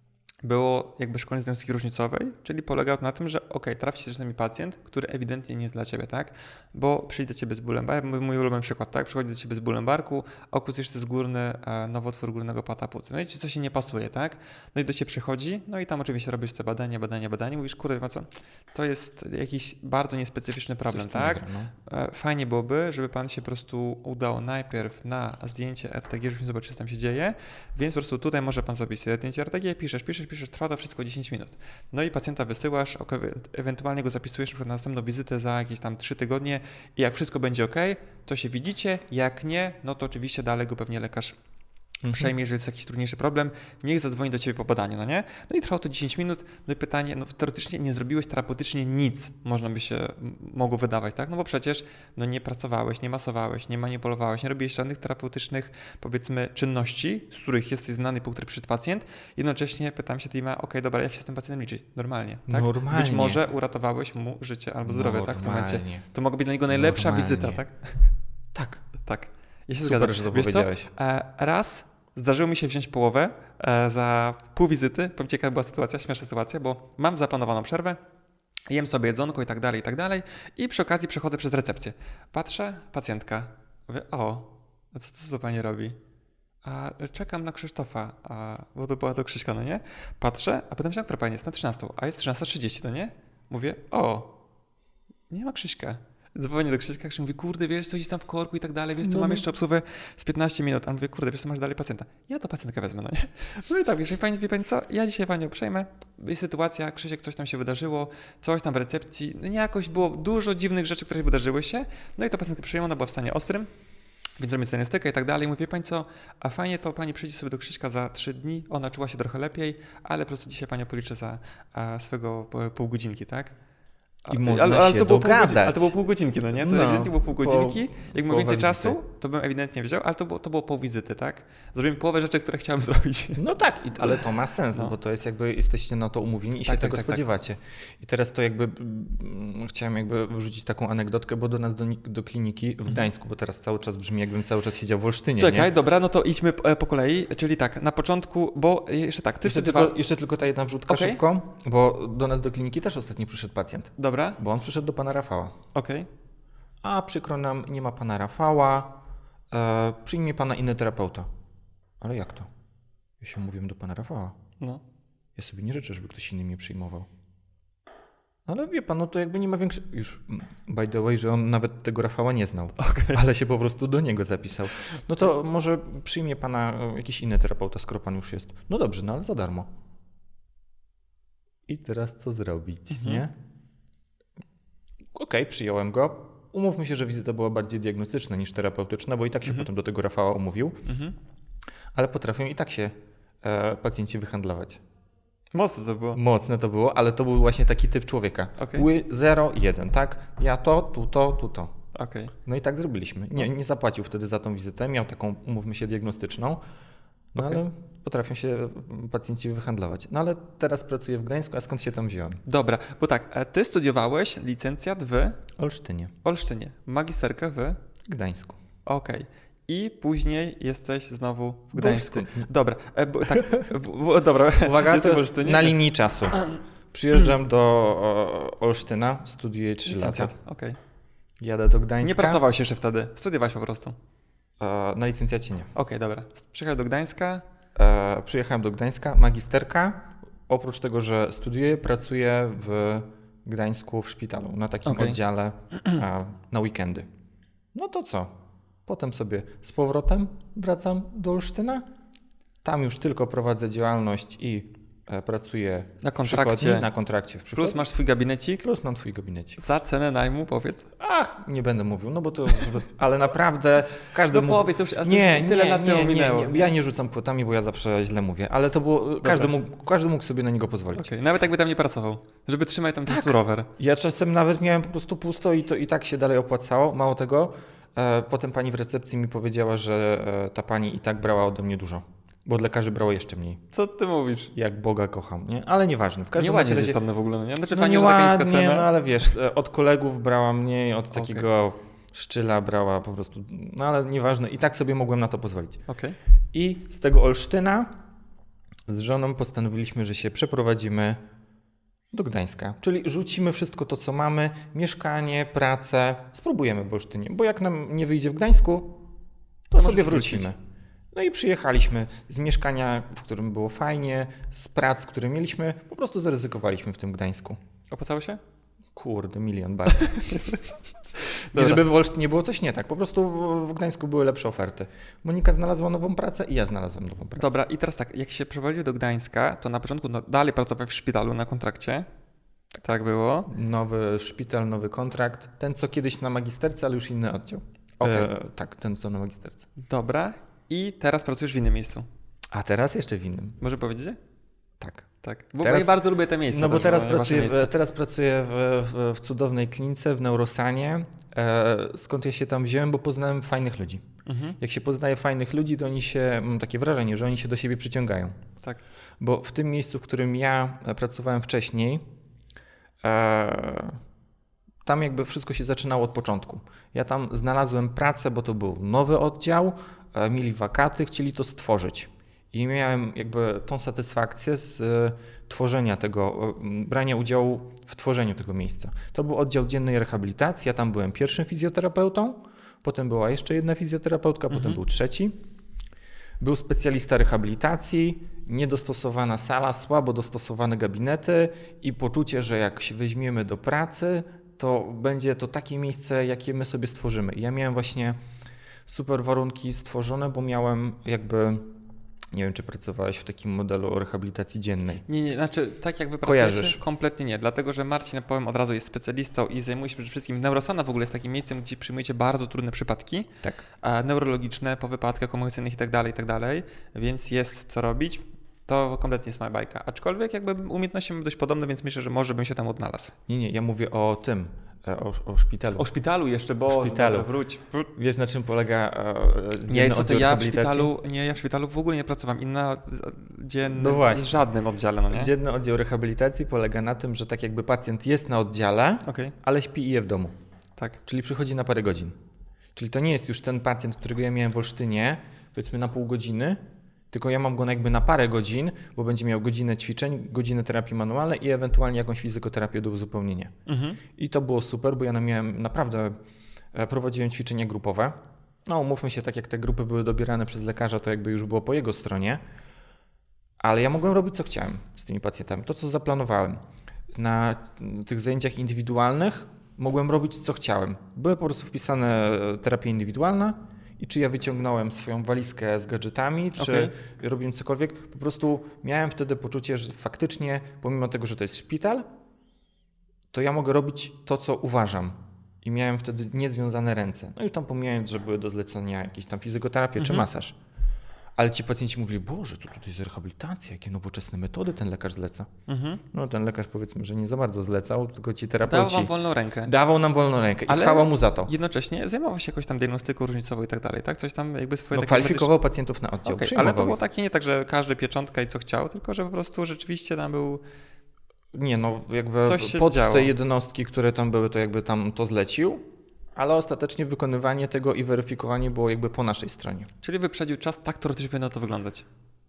było jakby szkolenie z diagnostyki różnicowej, czyli polegało to na tym, że ok, trafi się z nami pacjent, który ewidentnie nie jest dla ciebie, tak? Bo przyjdzie do ciebie z bólem barku, mój ulubiony przykład, tak? Przychodzi do ciebie z bólem barku, okuzujesz, że to jest górny e, nowotwór górnego płata płuc. No i ci coś się nie pasuje, tak? No i do ciebie przychodzi, no i tam oczywiście robisz sobie badania, badania, badania, mówisz, kurde, ma co? To jest jakiś bardzo niespecyficzny problem, coś tak? Gra, no. e, fajnie byłoby, żeby pan się po prostu udał najpierw na zdjęcie R T G, żebyśmy zobaczyli, co tam się dzieje, więc po prostu tutaj może pan zrobić sobie zdjęcie R T G, piszesz, piszesz, piszesz, trwa to wszystko dziesięć minut. No i pacjenta wysyłasz, ewentualnie go zapisujesz na następną wizytę za jakieś tam trzy tygodnie i jak wszystko będzie ok, to się widzicie, jak nie, no to oczywiście dalej go pewnie lekarz mhm. przejmie, jeżeli jest jakiś trudniejszy problem, niech zadzwoni do ciebie po badaniu, no nie? No i trwało to dziesięć minut, no i pytanie, no teoretycznie nie zrobiłeś terapeutycznie nic, można by się mogło wydawać, tak? No bo przecież no nie pracowałeś, nie masowałeś, nie manipulowałeś, nie robiłeś żadnych terapeutycznych, powiedzmy, czynności, z których jesteś znany, po który przyszedł pacjent. Jednocześnie pytam się Tima, okej, okay, dobra, jak się z tym pacjentem liczyć? Normalnie, tak? Normalnie. Być może uratowałeś mu życie albo zdrowie, tak? W tym momencie. To mogła być dla niego najlepsza Normalnie. wizyta, tak? Tak. Tak. Ja się Super, zgadzam. że to Wiesz powiedziałeś. Co? Raz zdarzyło mi się wziąć połowę e, za pół wizyty. Powiem ci, jaka była sytuacja, śmieszna sytuacja, bo mam zaplanowaną przerwę, jem sobie jedzonko i tak dalej, i tak dalej i przy okazji przechodzę przez recepcję. Patrzę, pacjentka. Mówię, o, co, co to pani robi? A czekam na Krzysztofa, a, bo to była do Krzyśka, no nie? Patrzę, a potem się, na która pani jest? Na trzynastą, a jest trzynasta trzydzieści, no nie? Mówię, o, nie ma Krzyśka. Dzwonię do Krzyśka, Krzysiek mówi, kurde, wiesz co, gdzieś tam w korku i tak dalej, wiesz co, no, mam no. jeszcze obsługę z piętnaście minut. A mówię, kurde, wiesz co, masz dalej pacjenta. Ja to pacjentkę wezmę, no nie? Mówię tak, jeżeli pani, wie pani co, ja dzisiaj panią przejmę, jest sytuacja, Krzysiek, coś tam się wydarzyło, coś tam w recepcji, no nie jakoś było dużo dziwnych rzeczy, które wydarzyły się, no i to pacjentkę przyjęła, ona była w stanie ostrym, więc zrobię diagnostykę i tak dalej. Mówię, pani co, a fajnie to pani przyjdzie sobie do Krzyśka za trzy dni, ona czuła się trochę lepiej, ale po prostu dzisiaj panią policzę za a, swego pół godzinki, tak? I można ale, ale się to było dogadać. Pół, ale to było pół godzinki, no nie? To no, ewidentnie było pół godzinki. Po, Jak miał więcej czasu, to bym ewidentnie wziął, ale to było, to było pół wizyty, tak? Zrobiłem połowę rzeczy, które chciałem zrobić. No tak, i, ale to ma sens, no. bo to jest jakby, jesteście na to umówieni i tak, się tak, tego tak, spodziewacie. Tak. I teraz to jakby, mm, chciałem jakby wrzucić taką anegdotkę, bo do nas do, do kliniki w Gdańsku, bo teraz cały czas brzmi, jakbym cały czas siedział w Olsztynie. Czekaj, nie? dobra, no to idźmy po, po kolei, czyli tak, na początku, bo jeszcze tak, ty jeszcze, studiowałeś... tylko, jeszcze tylko ta jedna wrzutka okay. szybko, bo do nas do kliniki też ostatnio przyszedł pacjent. Dobra. Bo on przyszedł do pana Rafała. Okej. Okay. A przykro nam, nie ma pana Rafała, e, przyjmie pana inny terapeuta. Ale jak to? Ja się mówiłem do pana Rafała. No. Ja sobie nie życzę, żeby ktoś inny mnie przyjmował. Ale wie pan, no to jakby nie ma większej... Już by the way, że on nawet tego Rafała nie znał, okay. ale się po prostu do niego zapisał. No to może przyjmie pana jakiś inny terapeuta, skoro pan już jest. No dobrze, no ale za darmo. I teraz co zrobić, mhm. nie? Okej, okay, przyjąłem go. Umówmy się, że wizyta była bardziej diagnostyczna niż terapeutyczna, bo i tak się mhm. potem do tego Rafała umówił, mhm. ale potrafią i tak się e, pacjenci wyhandlować. Mocne to było. Mocne to było, ale to był właśnie taki typ człowieka. Okay. zero jeden, tak? Ja to, tu to, tu to. Okay. No i tak zrobiliśmy. Nie, nie zapłacił wtedy za tą wizytę, miał taką, umówmy się, diagnostyczną, no okay. ale potrafią się pacjenci wyhandlować. No ale teraz pracuję w Gdańsku, a skąd się tam wziąłem? Dobra, bo tak, ty studiowałeś licencjat w... Olsztynie. Olsztynie. Magisterkę w... Gdańsku. Okej. Okay. I później jesteś znowu w Gdańsku. Olsztyn. Dobra, e, bo, tak, bo, dobra. Uwaga, to na linii czasu. Przyjeżdżam do o, Olsztyna, studiuję trzy lata. Okay. Jadę do Gdańska. Nie pracowałeś jeszcze wtedy, studiowałeś po prostu. E, na licencjacie nie. Okej, okay, dobra. Przyjechałem do Gdańska. E, przyjechałem do Gdańska, magisterka. Oprócz tego, że studiuję, pracuję w Gdańsku w szpitalu, na takim okay. oddziale a, na weekendy. No to co? Potem sobie z powrotem wracam do Olsztyna. Tam już tylko prowadzę działalność i pracuję na kontrakcie. na kontrakcie w przychodni. Plus masz swój gabinecik. Plus mam swój gabinecik. Za cenę najmu powiedz. Ach, nie będę mówił, no bo to, żeby, ale naprawdę każdy no mógł... powiedz, to już, to nie, już tyle nie, lat nie, temu nie, minęło. nie, ja nie rzucam płotami, bo ja zawsze źle mówię, ale to było, każdy mógł, każdy mógł sobie na niego pozwolić. Okay. Nawet jakby tam nie pracował, żeby trzymać tam ten tak. rower. Ja czasem nawet miałem po prostu pusto i to i tak się dalej opłacało, mało tego, e, potem pani w recepcji mi powiedziała, że e, ta pani i tak brała ode mnie dużo. Bo od lekarzy brało jeszcze mniej. Co ty mówisz? Jak Boga kocham, nie? Ale nieważne. W każdym nieładnie razie... Nieładnie w ogóle, nie? Znaczy no fajnie, nieładnie, że taka niska cena. No ale wiesz, od kolegów brała mniej, od okay. takiego szczyla brała po prostu, no ale nieważne. I tak sobie mogłem na to pozwolić. Okay. I z tego Olsztyna z żoną postanowiliśmy, że się przeprowadzimy do Gdańska. Czyli rzucimy wszystko to, co mamy, mieszkanie, pracę, spróbujemy w Olsztynie. Bo jak nam nie wyjdzie w Gdańsku, to, to sobie wrócimy. Wrócić. No i przyjechaliśmy z mieszkania, w którym było fajnie, z prac, które mieliśmy, po prostu zaryzykowaliśmy w tym Gdańsku. Opłacało się? Kurde, milion bardzo. I żeby w Olsztynie było coś nie tak, po prostu w, w Gdańsku były lepsze oferty. Monika znalazła nową pracę i ja znalazłem nową pracę. Dobra, i teraz tak, jak się przeprowadził do Gdańska, to na początku no, dalej pracowałeś w szpitalu na kontrakcie. Tak było. Nowy szpital, nowy kontrakt. Ten, co kiedyś na magisterce, ale już inny oddział. Okay. E, tak, ten, co na magisterce. Dobra. I teraz pracujesz w innym miejscu. A teraz jeszcze w innym. Może powiedzieć? Tak. Tak. Bo teraz, ja bardzo lubię te miejsca. No bo teraz pracuję, w, teraz pracuję w, w, w cudownej klinice, w Neurosanie. E, skąd ja się tam wziąłem? Bo poznałem fajnych ludzi. Mhm. Jak się poznaje fajnych ludzi, to oni się, mam takie wrażenie, że oni się do siebie przyciągają. Tak. Bo w tym miejscu, w którym ja pracowałem wcześniej, e, tam jakby wszystko się zaczynało od początku. Ja tam znalazłem pracę, bo to był nowy oddział, e, mieli wakaty, chcieli to stworzyć. I miałem jakby tą satysfakcję z y, tworzenia tego, y, brania udziału w tworzeniu tego miejsca. To był oddział dziennej rehabilitacji, ja tam byłem pierwszym fizjoterapeutą, potem była jeszcze jedna fizjoterapeutka, mhm. potem był trzeci. Był specjalista rehabilitacji, niedostosowana sala, słabo dostosowane gabinety i poczucie, że jak się weźmiemy do pracy, to będzie to takie miejsce, jakie my sobie stworzymy. I ja miałem właśnie super warunki stworzone, bo miałem jakby... Nie wiem, czy pracowałeś w takim modelu rehabilitacji dziennej. Nie, nie, znaczy tak jak wy pracujecie, kompletnie nie, dlatego że Marcin, powiem od razu, jest specjalistą i zajmuje się przede wszystkim, Neurosana w ogóle jest takim miejscem, gdzie przyjmujecie bardzo trudne przypadki, tak. neurologiczne, po wypadkach komunikacyjnych i tak dalej, i tak dalej, więc jest co robić. To kompletnie jest moja bajka. Aczkolwiek jakby umiejętności mam dość podobne, więc myślę, że może bym się tam odnalazł. Nie, nie, ja mówię o tym. O, o szpitalu. O szpitalu jeszcze, bo... O szpitalu. Dobra, wróć. Wiesz, na czym polega e, Nie, co ty, ja w szpitalu, nie, ja w szpitalu w ogóle nie pracowałem. Inna dzienny, no właśnie. w żadnym oddziale, no nie? Dzienny oddział rehabilitacji polega na tym, że tak jakby pacjent jest na oddziale, okay. ale śpi i je w domu. Tak. Czyli przychodzi na parę godzin. Czyli to nie jest już ten pacjent, którego ja miałem w Olsztynie, powiedzmy na pół godziny, tylko ja mam go jakby na parę godzin, bo będzie miał godzinę ćwiczeń, godzinę terapii manualnej i ewentualnie jakąś fizjoterapię do uzupełnienia. Mhm. I to było super, bo ja miałem naprawdę, prowadziłem ćwiczenia grupowe. No umówmy się, tak jak te grupy były dobierane przez lekarza, to jakby już było po jego stronie, ale ja mogłem robić co chciałem z tymi pacjentami, to co zaplanowałem. Na tych zajęciach indywidualnych mogłem robić co chciałem. Były po prostu wpisane terapia indywidualna, i czy ja wyciągnąłem swoją walizkę z gadżetami, czy okay. robiłem cokolwiek, po prostu miałem wtedy poczucie, że faktycznie, pomimo tego, że to jest szpital, to ja mogę robić to, co uważam. I miałem wtedy niezwiązane ręce. No już tam pomijając, że były do zlecenia jakieś tam fizjoterapię mm-hmm. czy masaż. Ale ci pacjenci mówili, Boże, co tutaj jest rehabilitacja, jakie nowoczesne metody ten lekarz zleca. Mhm. No ten lekarz powiedzmy, że nie za bardzo zlecał, tylko ci terapeuci. Dawał wam wolną rękę. Dawał nam wolną rękę i ale chwała mu za to. Jednocześnie zajmował się jakoś tam diagnostyką różnicową i tak dalej, tak? Coś tam jakby swoje... No kwalifikował medyczne... pacjentów na oddział, okay, ale to było takie nie tak, że każdy pieczątka i co chciał, tylko że po prostu rzeczywiście tam był... Nie no, jakby pod działo. Te jednostki, które tam były, to jakby tam to zlecił. Ale ostatecznie wykonywanie tego i weryfikowanie było jakby po naszej stronie. Czyli wyprzedził czas, tak teoretycznie powinno to wyglądać.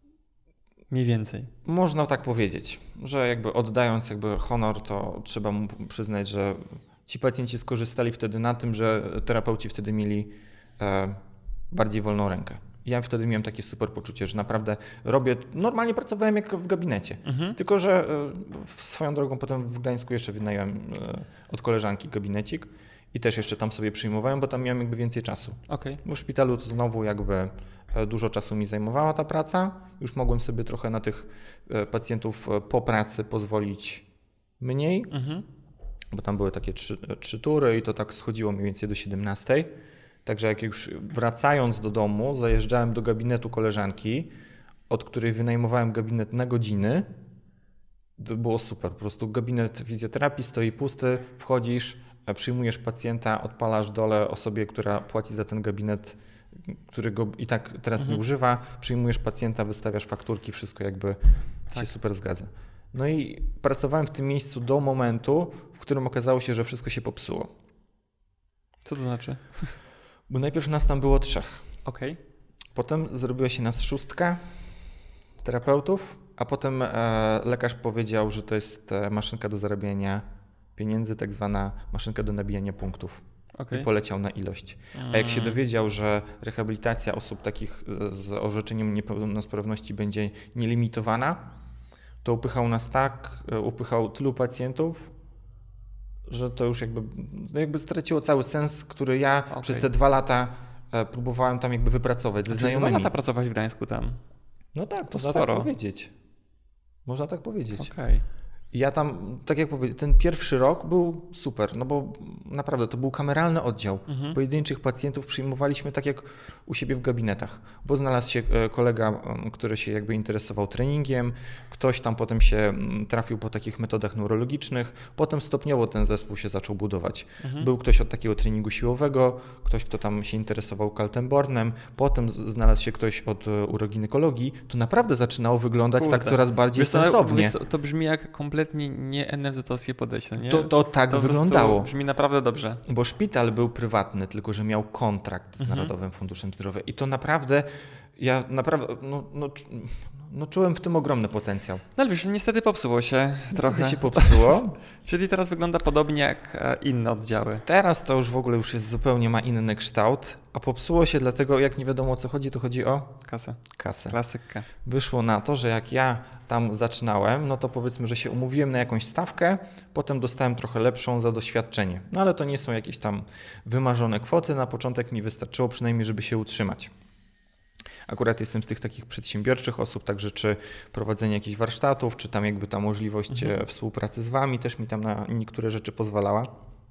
Mniej więcej. Można tak powiedzieć, że jakby oddając jakby honor, to trzeba mu przyznać, że ci pacjenci skorzystali wtedy na tym, że terapeuci wtedy mieli e, bardziej wolną rękę. Ja wtedy miałem takie super poczucie, że naprawdę robię, normalnie pracowałem jak w gabinecie, mhm. tylko że e, swoją drogą potem w Gdańsku jeszcze wynająłem e, od koleżanki gabinecik. I też jeszcze tam sobie przyjmowałem, bo tam miałem jakby więcej czasu. Okay. Bo w szpitalu to znowu jakby dużo czasu mi zajmowała ta praca. Już mogłem sobie trochę na tych pacjentów po pracy pozwolić mniej, mhm. bo tam były takie trzy, trzy tury i to tak schodziło mniej więcej do siedemnastej. Także jak już wracając do domu, zajeżdżałem do gabinetu koleżanki, od której wynajmowałem gabinet na godziny. To było super. Po prostu gabinet fizjoterapii stoi pusty, wchodzisz, przyjmujesz pacjenta, odpalasz dole osobie, która płaci za ten gabinet, którego i tak teraz mhm. nie używa, przyjmujesz pacjenta, wystawiasz fakturki, wszystko jakby tak. się super zgadza. No i pracowałem w tym miejscu do momentu, w którym okazało się, że wszystko się popsuło. Co to znaczy? Bo najpierw nas tam było trzech. Okej. Okay. Potem zrobiła się nas szóstka terapeutów, a potem e, lekarz powiedział, że to jest e, maszynka do zarabiania pieniędzy, tak zwana maszynka do nabijania punktów. Okay. I poleciał na ilość. A jak się dowiedział, że rehabilitacja osób takich z orzeczeniem niepełnosprawności będzie nielimitowana, to upychał nas tak, upychał tylu pacjentów, że to już jakby, no jakby straciło cały sens, który ja okay. przez te dwa lata próbowałem tam jakby wypracować ze znajomymi. Dwa lata pracować w Gdańsku tam? No tak, to można sporo. tak powiedzieć. Można tak powiedzieć. Okej. Okay. Ja tam, tak jak powiedziałem, ten pierwszy rok był super, no bo naprawdę to był kameralny oddział. Mhm. Pojedynczych pacjentów przyjmowaliśmy tak jak u siebie w gabinetach, bo znalazł się kolega, który się jakby interesował treningiem, ktoś tam potem się trafił po takich metodach neurologicznych, potem stopniowo ten zespół się zaczął budować. Mhm. Był ktoś od takiego treningu siłowego, ktoś, kto tam się interesował Kaltenbornem, potem znalazł się ktoś od uroginekologii, to naprawdę zaczynało wyglądać Kurde. tak coraz bardziej wiesz, sensownie. Wiesz, to brzmi jak kompletnie nie en ef zet-owskie podejście, nie? To, to tak to wyglądało. Brzmi naprawdę dobrze. Bo szpital był prywatny, tylko że miał kontrakt z mhm. Narodowym Funduszem Zdrowia i to naprawdę, ja naprawdę, no, no, no czułem w tym ogromny potencjał. No ale wiesz, niestety popsuło się trochę. Niestety się popsuło. Czyli teraz wygląda podobnie jak inne oddziały. Teraz to już w ogóle już jest zupełnie ma inny kształt, a popsuło się dlatego, jak nie wiadomo o co chodzi, to chodzi o kasę. Kasę. Klasykę. Wyszło na to, że jak ja tam zaczynałem, no to powiedzmy, że się umówiłem na jakąś stawkę, potem dostałem trochę lepszą za doświadczenie. No ale to nie są jakieś tam wymarzone kwoty, na początek mi wystarczyło przynajmniej, żeby się utrzymać. Akurat jestem z tych takich przedsiębiorczych osób, także czy prowadzenie jakichś warsztatów, czy tam jakby ta możliwość mhm. współpracy z wami też mi tam na niektóre rzeczy pozwalała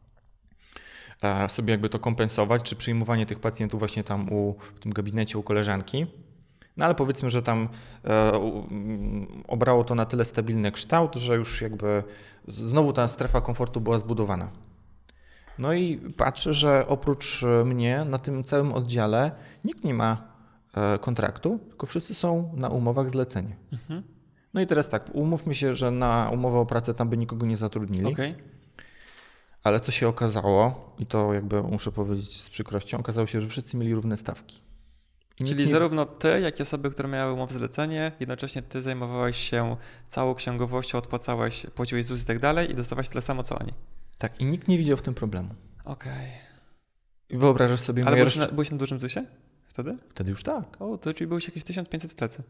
sobie jakby to kompensować, czy przyjmowanie tych pacjentów właśnie tam u, w tym gabinecie u koleżanki. No ale powiedzmy, że tam e, obrało to na tyle stabilny kształt, że już jakby znowu ta strefa komfortu była zbudowana. No i patrzę, że oprócz mnie na tym całym oddziale nikt nie ma e, kontraktu, tylko wszyscy są na umowach zlecenia. Mhm. No i teraz tak, umówmy się, że na umowę o pracę tam by nikogo nie zatrudnili. Okay. Ale co się okazało, i to jakby muszę powiedzieć z przykrością, okazało się, że wszyscy mieli równe stawki. Czyli nie... zarówno ty, jak i osoby, które miały umowę zlecenie, jednocześnie ty zajmowałeś się całą księgowością, odpłacałeś, płaciłeś Z U S i tak dalej i dostawałeś tyle samo, co oni. Tak, i nikt nie widział w tym problemu. Okej. Okay. I wyobrażasz sobie... Ale byłeś, reszcz... na, byłeś na dużym Z U S ie wtedy? Wtedy już tak. O, to czyli byłeś jakieś tysiąc pięćset w plecy.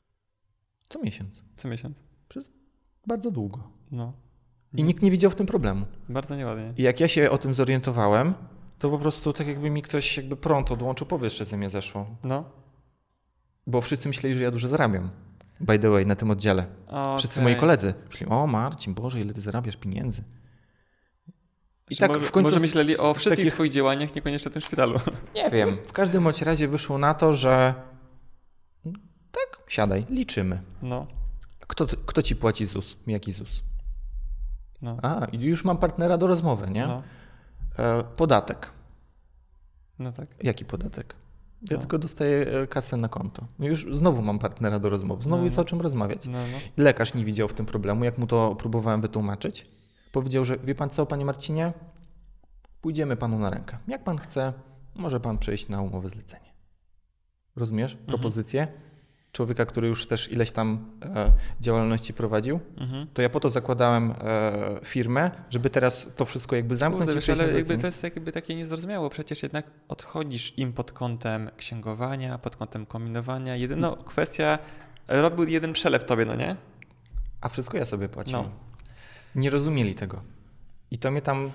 Co miesiąc. Co miesiąc. Przez bardzo długo. No. I nikt nie widział w tym problemu. Bardzo nieładnie. I jak ja się o tym zorientowałem, to po prostu tak jakby mi ktoś jakby prąd odłączył, powietrze ze mnie zeszło. No. Bo wszyscy myśleli, że ja dużo zarabiam. By the way, na tym oddziale. Okay. Wszyscy moi koledzy myśleli, o Marcin, Boże, ile ty zarabiasz pieniędzy. I tak może, w końcu może myśleli o wszystkich takich... twoich działaniach, niekoniecznie w tym szpitalu. Nie wiem. W każdym bądź razie wyszło na to, że tak, siadaj, liczymy. No. Kto, kto ci płaci Z U S? Jaki Z U S? No. A, i już mam partnera do rozmowy, nie? No. E, podatek. No tak. Jaki podatek? Ja no. tylko dostaję kasę na konto. No już znowu mam partnera do rozmowy, znowu no, jest no. o czym rozmawiać. No, no. Lekarz nie widział w tym problemu, jak mu to próbowałem wytłumaczyć. Powiedział, że wie pan co, panie Marcinie? Pójdziemy panu na rękę. Jak pan chce, może pan przejść na umowę zlecenie. Rozumiesz mhm. propozycję? Człowieka, który już też ileś tam e, działalności prowadził, mhm. to ja po to zakładałem e, firmę, żeby teraz to wszystko jakby zamknąć. Kurde, i wiesz, ale jakby to jest jakby takie niezrozumiałe. Przecież jednak odchodzisz im pod kątem księgowania, pod kątem kombinowania. Jedyna kwestia, robił jeden przelew tobie, no nie? A wszystko ja sobie płaciłem. No. Nie rozumieli tego. I to mnie tam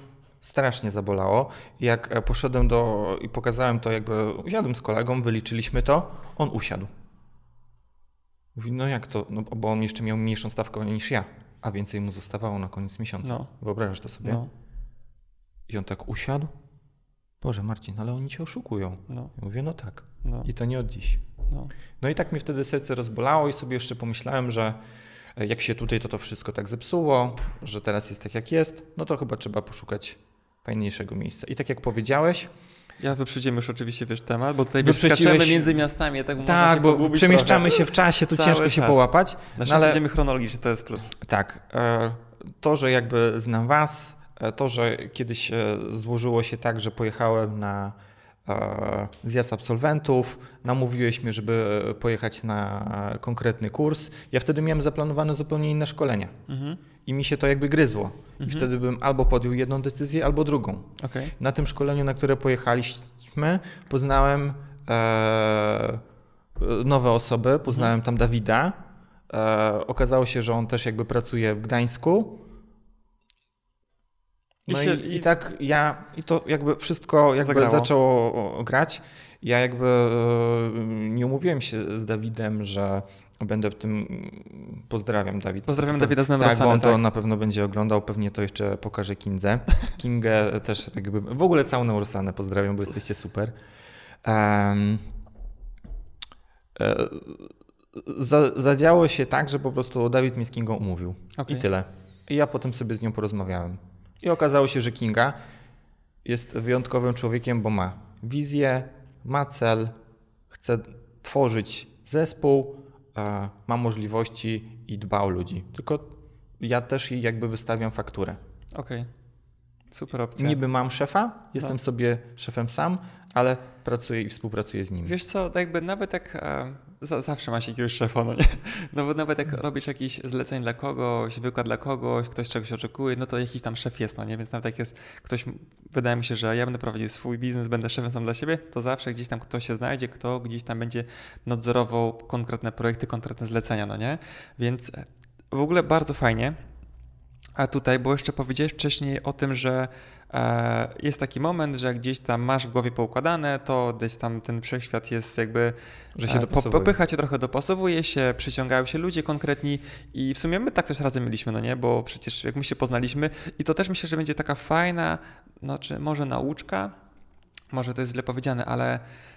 Strasznie zabolało. I jak poszedłem do i pokazałem to, jakby usiadłem z kolegą, wyliczyliśmy to, on usiadł. Mówi, no jak to, no, bo on jeszcze miał mniejszą stawkę niż ja, a więcej mu zostawało na koniec miesiąca. No. Wyobrażasz to sobie? No. I on tak usiadł. Boże Marcin, ale oni cię oszukują. No. Ja mówię, no tak. No. I to nie od dziś. No. No i tak mi wtedy serce rozbolało i sobie jeszcze pomyślałem, że jak się tutaj to to wszystko tak zepsuło, że teraz jest tak jak jest, no to chyba trzeba poszukać fajniejszego miejsca. I tak jak powiedziałeś... Ja wyprzedziłem już oczywiście, wiesz, temat, bo tutaj Wyprzedziłeś... skaczemy między miastami. Tak, tak bo przemieszczamy trochę. się w czasie, tu Cały ciężko czas. się połapać. Na no ale... idziemy chronologicznie, to jest plus. Tak. To, że jakby znam was, to, że kiedyś złożyło się tak, że pojechałem na zjazd absolwentów, namówiłeś mnie, żeby pojechać na konkretny kurs. Ja wtedy miałem zaplanowane zupełnie inne szkolenia. Mhm. I mi się to jakby gryzło. I mhm. wtedy bym albo podjął jedną decyzję, albo drugą. Okay. Na tym szkoleniu, na które pojechaliśmy, poznałem e, nowe osoby, poznałem mhm. tam Dawida. E, okazało się, że on też jakby pracuje w Gdańsku. No I, się, i, i tak ja, i to jakby wszystko jakby zagrało. zaczęło grać. Ja jakby e, nie umówiłem się z Dawidem, że będę w tym... Pozdrawiam Dawid. Pozdrawiam Dawida z nowym Tak, bo on tak. to na pewno będzie oglądał, pewnie to jeszcze pokaże Kindze. Kingę też jakby... W ogóle całą Neurosanę pozdrawiam, bo jesteście super. Um, e, za, zadziało się tak, że po prostu Dawid mnie z Kingą umówił. Okay. I tyle. I ja potem sobie z nią porozmawiałem. I okazało się, że Kinga jest wyjątkowym człowiekiem, bo ma wizję, ma cel, chce tworzyć zespół, ma możliwości i dba o ludzi. Tylko ja też jej jakby wystawiam fakturę. Okej. Okay. Super opcja. Niby mam szefa, jestem no. sobie szefem sam, ale pracuję i współpracuję z nim. Wiesz co, jakby nawet jak e, za, zawsze masz jakiegoś szefa, no nie? No bo nawet jak robisz jakieś zlecenie dla kogoś, wykład dla kogoś, ktoś czegoś oczekuje, no to jakiś tam szef jest, no nie? Więc nawet jak jest ktoś, wydaje mi się, że ja będę prowadził swój biznes, będę szefem sam dla siebie, to zawsze gdzieś tam ktoś się znajdzie, kto gdzieś tam będzie nadzorował konkretne projekty, konkretne zlecenia, no nie? Więc w ogóle bardzo fajnie. A tutaj, bo jeszcze powiedziałeś wcześniej o tym, że e, jest taki moment, że gdzieś tam masz w głowie poukładane, to gdzieś tam ten wszechświat jest jakby, że się e, popycha cię trochę, dopasowuje się, przyciągają się ludzie konkretni i w sumie my tak też razem mieliśmy, no nie, bo przecież jak my się poznaliśmy i to też myślę, że będzie taka fajna, no czy może nauczka, może to jest źle powiedziane, ale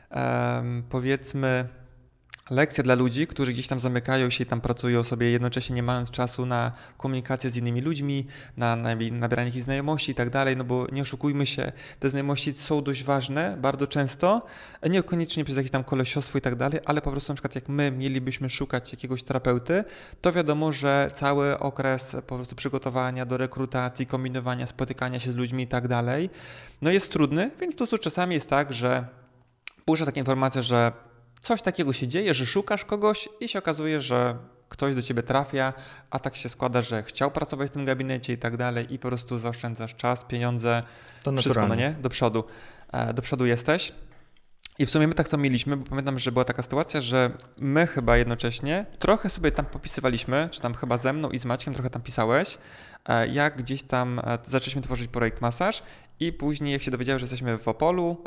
e, powiedzmy... lekcja dla ludzi, którzy gdzieś tam zamykają się i tam pracują sobie jednocześnie nie mając czasu na komunikację z innymi ludźmi, na, na nabieranie jakichś znajomości i tak dalej, no bo nie oszukujmy się, te znajomości są dość ważne bardzo często, niekoniecznie przez jakieś tam kolesiostwo i tak dalej, ale po prostu na przykład jak my mielibyśmy szukać jakiegoś terapeuty, to wiadomo, że cały okres po prostu przygotowania do rekrutacji, kombinowania, spotykania się z ludźmi i tak dalej, no jest trudny, więc po prostu czasami jest tak, że puszcza taka informacja, że coś takiego się dzieje, że szukasz kogoś i się okazuje, że ktoś do ciebie trafia, a tak się składa, że chciał pracować w tym gabinecie i tak dalej i po prostu zaoszczędzasz czas, pieniądze, to wszystko, no nie? Do przodu. Do przodu jesteś. I w sumie my tak samo mieliśmy, bo pamiętam, że była taka sytuacja, że my chyba jednocześnie trochę sobie tam popisywaliśmy, czy tam chyba ze mną i z Maćkiem trochę tam pisałeś, jak gdzieś tam zaczęliśmy tworzyć projekt Masaż i później jak się dowiedziałem, że jesteśmy w Opolu,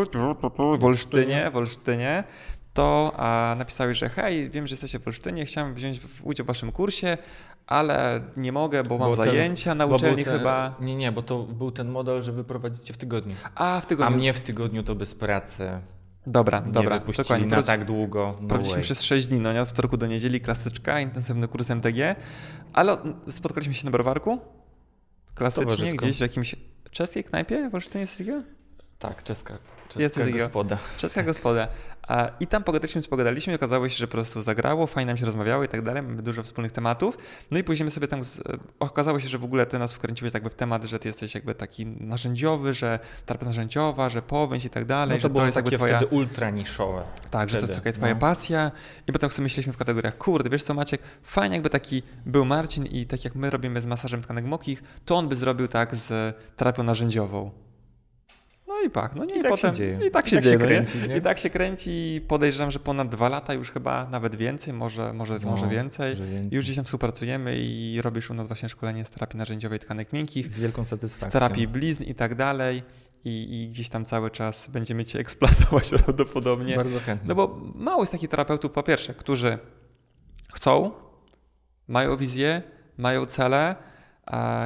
w Olsztynie, w Olsztynie, to a, napisałeś, że hej, wiem, że jesteście w Olsztynie, chciałem wziąć w udział w waszym kursie, ale nie mogę, bo mam bo zajęcia ten, na uczelni ten, chyba. Nie, nie, bo to był ten model, że wy prowadzicie w tygodniu. A, w tygodniu. A mnie w tygodniu to bez pracy. Dobra, nie dobra. Wypuścili dokładnie. Na tak długo. No Prowadziliśmy przez sześć dni, no nie? Od wtorku do niedzieli, klasyczka, intensywny kurs M T G, ale spotkaliśmy się na browarku, klasycznie, gdzieś w jakimś czeskiej knajpie w Olsztynie jest takiego? Tak, czeska. Czeska gospoda. Czeska gospoda. I tam pogadaliśmy, pogadaliśmy i okazało się, że po prostu zagrało, fajnie nam się rozmawiało i tak dalej, mamy dużo wspólnych tematów. No i później my sobie tam, z... okazało się, że w ogóle ty nas wkręciłeś jakby w temat, że ty jesteś jakby taki narzędziowy, że terapia narzędziowa, że powęź i tak dalej. No to że było to jest takie twoja... wtedy ultra niszowe. Tak, wtedy. Że to jest taka twoja no. pasja i potem sobie myśleliśmy w kategoriach, kurde, wiesz co Maciek, fajnie jakby taki był Marcin i tak jak my robimy z masażem tkanek mokich, to on by zrobił tak z terapią narzędziową. No i pach, no nie, I, i tak potem się dzieje. i tak I się tak dzieje, się no kręci, nie? nie? I tak się kręci, podejrzewam, że ponad dwa lata już chyba, nawet więcej, może, może, No, może więcej. może więcej. Już gdzieś tam współpracujemy i robisz u nas właśnie szkolenie z terapii narzędziowej tkanek miękkich, Z wielką z satysfakcją. terapii blizn i tak dalej i, i gdzieś tam cały czas będziemy cię eksploatować prawdopodobnie. Bardzo chętnie. No bo mało jest takich terapeutów, po pierwsze, którzy chcą, mają wizję, mają cele a,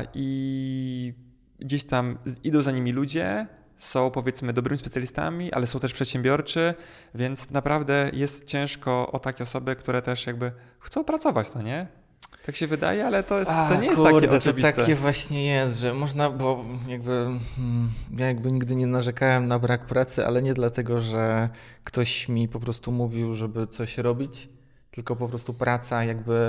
i gdzieś tam idą za nimi ludzie, są powiedzmy dobrymi specjalistami, ale są też przedsiębiorczy, więc naprawdę jest ciężko o takie osoby, które też jakby chcą pracować, no nie? Tak się wydaje, ale to, A, to nie jest kurde, takie oczywiste. To takie właśnie jest, że można, bo jakby hmm, ja jakby nigdy nie narzekałem na brak pracy, ale nie dlatego, że ktoś mi po prostu mówił, żeby coś robić, tylko po prostu praca jakby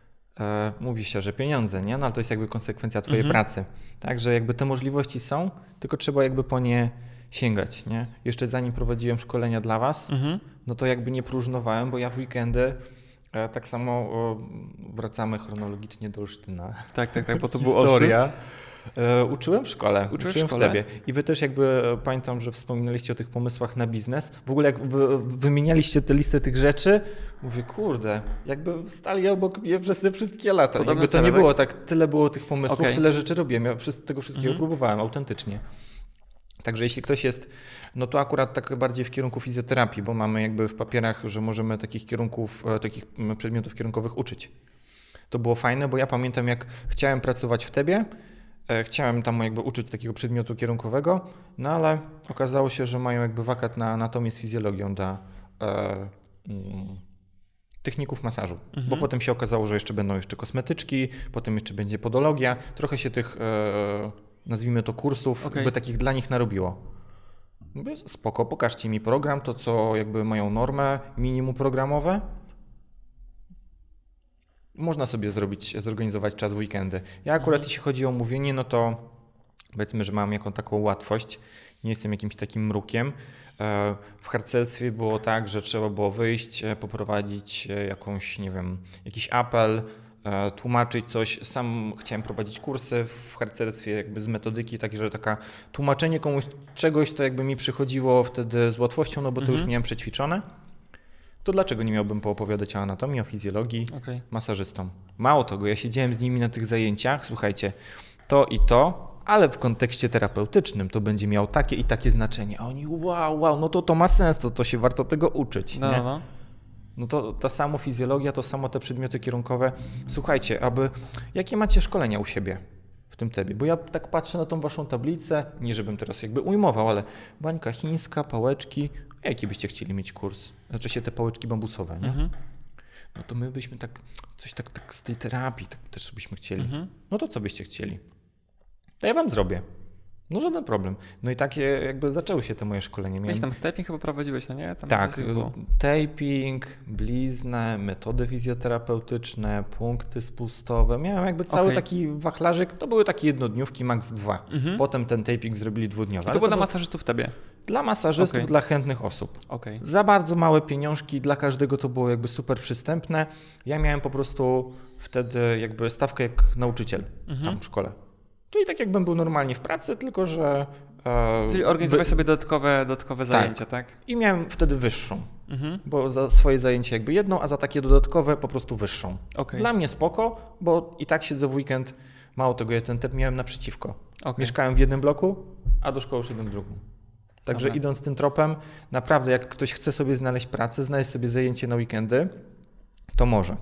e, mówi się, że pieniądze, nie? No ale to jest jakby konsekwencja twojej Mhm. pracy. Także jakby te możliwości są, tylko trzeba jakby po nie sięgać, nie? Jeszcze zanim prowadziłem szkolenia dla was, Mhm. no to jakby nie próżnowałem, bo ja w weekendy e, tak samo o, wracamy chronologicznie do Olsztyna. Tak, tak, tak, bo to był Olsztyn. Historia. E, uczyłem w szkole, Uczyłeś uczyłem w szkole? w Tebie. I wy też jakby e, pamiętam, że wspominaliście o tych pomysłach na biznes. W ogóle jak wy, wymienialiście tę listę tych rzeczy, mówię, kurde, jakby stali obok mnie przez te wszystkie lata. Podobne Jakby to cele, nie tak? było tak, tyle było tych pomysłów, Okej. tyle rzeczy robiłem. Ja wszyscy, tego wszystkiego Mhm. próbowałem autentycznie. Także jeśli ktoś jest, no to akurat tak bardziej w kierunku fizjoterapii, bo mamy jakby w papierach, że możemy takich kierunków, e, takich mm, przedmiotów kierunkowych uczyć. To było fajne, bo ja pamiętam, jak chciałem pracować w Tebie, e, chciałem tam jakby uczyć takiego przedmiotu kierunkowego, no ale okazało się, że mają jakby wakat na anatomię z fizjologią dla e, mm, techników masażu, Mhm. bo potem się okazało, że jeszcze będą jeszcze kosmetyczki, potem jeszcze będzie podologia, trochę się tych, e, nazwijmy to kursów, Okej. jakby takich dla nich narobiło. Mówię, spoko, pokażcie mi program, to co jakby mają normę, minimum programowe. Można sobie zrobić, zorganizować czas w weekendy. Ja akurat Mhm. jeśli chodzi o mówienie, no to powiedzmy, że mam jaką taką łatwość, nie jestem jakimś takim mrukiem. E, W harcerstwie było tak, że trzeba było wyjść, e, poprowadzić e, jakąś, nie wiem, jakiś apel, e, tłumaczyć coś. Sam chciałem prowadzić kursy w harcerstwie jakby z metodyki, także taka tłumaczenie komuś czegoś to jakby mi przychodziło wtedy z łatwością, no bo to Mhm. już miałem przećwiczone. To dlaczego nie miałbym poopowiadać o anatomii, o fizjologii Okej. masażystom? Mało tego, ja siedziałem z nimi na tych zajęciach, słuchajcie, to i to, ale w kontekście terapeutycznym to będzie miało takie i takie znaczenie. A oni, wow, wow, no to to ma sens, to, to się warto tego uczyć. No, nie? no, no. No to ta samo fizjologia, to samo te przedmioty kierunkowe. Słuchajcie, aby jakie macie szkolenia u siebie w tym Tebie? Bo ja tak patrzę na tą waszą tablicę, nie żebym teraz jakby ujmował, ale bańka chińska, pałeczki. A jaki byście chcieli mieć kurs? Znaczy się te pałeczki bambusowe, nie? Mhm. No to my byśmy tak, coś tak, tak z tej terapii tak też byśmy chcieli. Mhm. No to co byście chcieli? To ja wam zrobię. No żaden problem. No i takie jakby zaczęły się te moje szkolenia. Miałeś tam taping chyba prowadziłeś, no nie? Tam Tak, coś było. taping, bliznę, metody fizjoterapeutyczne, punkty spustowe. Miałem jakby cały Okej. taki wachlarzyk. To były takie jednodniówki, max dwa. Mhm. Potem ten taping zrobili dwudniowy. I Ale to było dla było masażystów w Tebie. dla masażystów, Okej. dla chętnych osób. Okej. Za bardzo małe pieniążki, dla każdego to było jakby super przystępne. Ja miałem po prostu wtedy jakby stawkę jak nauczyciel Mhm. tam w szkole. Czyli tak jakbym był normalnie w pracy, tylko że... e, Czyli organizowałeś wy- sobie dodatkowe, dodatkowe zajęcia, tak? I miałem wtedy wyższą, Mhm. bo za swoje zajęcie jakby jedną, a za takie dodatkowe po prostu wyższą. Okej. Dla mnie spoko, bo i tak siedzę w weekend, mało tego, ja ten tep miałem naprzeciwko. Okej. Mieszkałem w jednym bloku, a do szkoły szedłem w drugim. Także Dobra. idąc tym tropem, naprawdę jak ktoś chce sobie znaleźć pracę, znaleźć sobie zajęcie na weekendy, to może.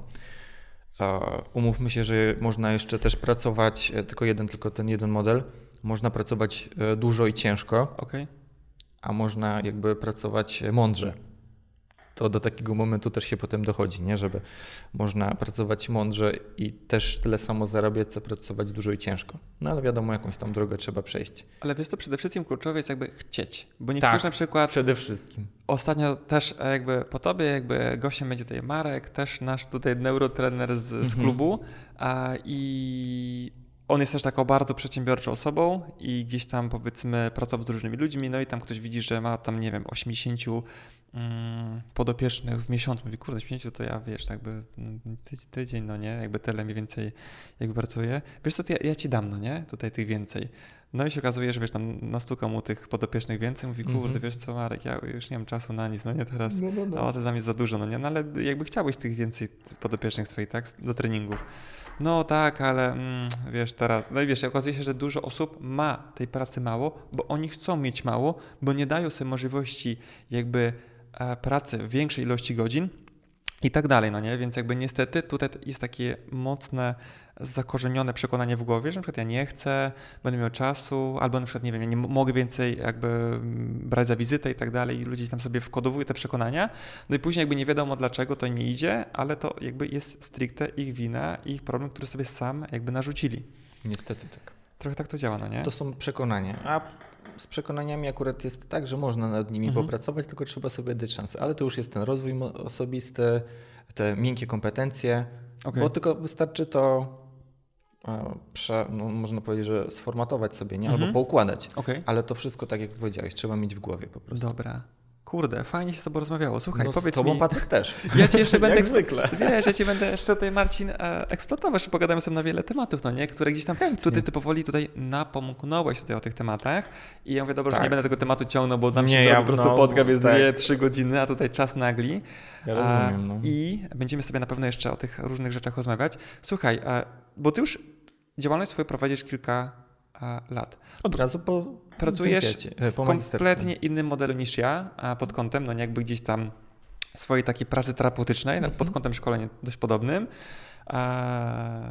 E, Umówmy się, że można jeszcze też pracować, e, tylko jeden, tylko ten jeden model, można pracować e, dużo i ciężko, Okej. a można jakby pracować mądrze. To do takiego momentu też się potem dochodzi, nie? Żeby można pracować mądrze i też tyle samo zarabiać, co pracować dużo i ciężko. No ale wiadomo, jakąś tam drogę trzeba przejść. Ale wiesz, to przede wszystkim kluczowe jest jakby chcieć. Bo Tak. niektórzy na przykład Przede wszystkim. ostatnio też e, jakby po tobie jakby gościem będzie tutaj Marek, też nasz tutaj neurotrener z, z Mhm. klubu a, i on jest też taką bardzo przedsiębiorczą osobą i gdzieś tam powiedzmy pracował z różnymi ludźmi, no i tam ktoś widzi, że ma tam, nie wiem, osiemdziesięciu mm, podopiecznych w miesiącu. Mówi, kurde, osiemdziesiąt to ja, wiesz, jakby no, tydzień, tydzień, no nie, jakby tyle mniej więcej jakby pracuję. Wiesz co, to ja, ja ci dam, no nie, tutaj tych więcej. No i się okazuje, że wiesz, tam nastuka mu tych podopiecznych więcej, mówi, kurde, mm-hmm. wiesz co, Marek, ja już nie mam czasu na nic, no nie, teraz, no, no, no. a to za mnie jest za dużo, no nie, no ale jakby chciałbyś tych więcej podopiecznych swoich, tak, do treningów. No tak, ale mm, wiesz, teraz, no i wiesz, okazuje się, że dużo osób ma tej pracy mało, bo oni chcą mieć mało, bo nie dają sobie możliwości jakby e, pracy w większej ilości godzin i tak dalej, no nie, więc jakby niestety tutaj jest takie mocne, zakorzenione przekonanie w głowie, że na przykład ja nie chcę, będę miał czasu, albo na przykład nie wiem, ja nie mogę więcej jakby brać za wizytę i tak dalej i ludzie tam sobie wkodowują te przekonania, no i później jakby nie wiadomo dlaczego to nie idzie, ale to jakby jest stricte ich wina i ich problem, który sobie sam jakby narzucili. Niestety tak. Trochę tak to działa, no nie? To są przekonania, a z przekonaniami akurat jest tak, że można nad nimi mhm. popracować, tylko trzeba sobie dać szansę, ale to już jest ten rozwój osobisty, te miękkie kompetencje, okay. bo tylko wystarczy to Prze, no można powiedzieć, że sformatować sobie, nie? Albo mhm. poukładać. Okay. Ale to wszystko, tak jak powiedziałeś, trzeba mieć w głowie po prostu. Dobra. Kurde, fajnie się z tobą rozmawiało. Słuchaj, no powiedz z tobą, mi... Patryk, też. Ja cię jeszcze będę... jak zwykle. Wiesz, ja cię będę jeszcze tutaj, Marcin, e, eksploatować, pogadamy sobie na wiele tematów, no nie? Które gdzieś tam... Chętnie. Tutaj ty powoli tutaj napomknąłeś tutaj o tych tematach i ja mówię, dobra, tak. że nie będę tego tematu ciągnął, bo nam się nie, zrobi ja, po prostu no, podcast, jest tak. dwie, trzy godziny, a tutaj czas nagli. Ja rozumiem, no. I będziemy sobie na pewno jeszcze o tych różnych rzeczach rozmawiać. Słuchaj, e, bo ty już działalność swoją prowadzisz kilka a, lat. Od razu po Pracujesz po w kompletnie innym modelu niż ja, a pod kątem, no jakby gdzieś tam swojej takiej pracy terapeutycznej, mm-hmm. no, pod kątem szkolenia dość podobnym. A,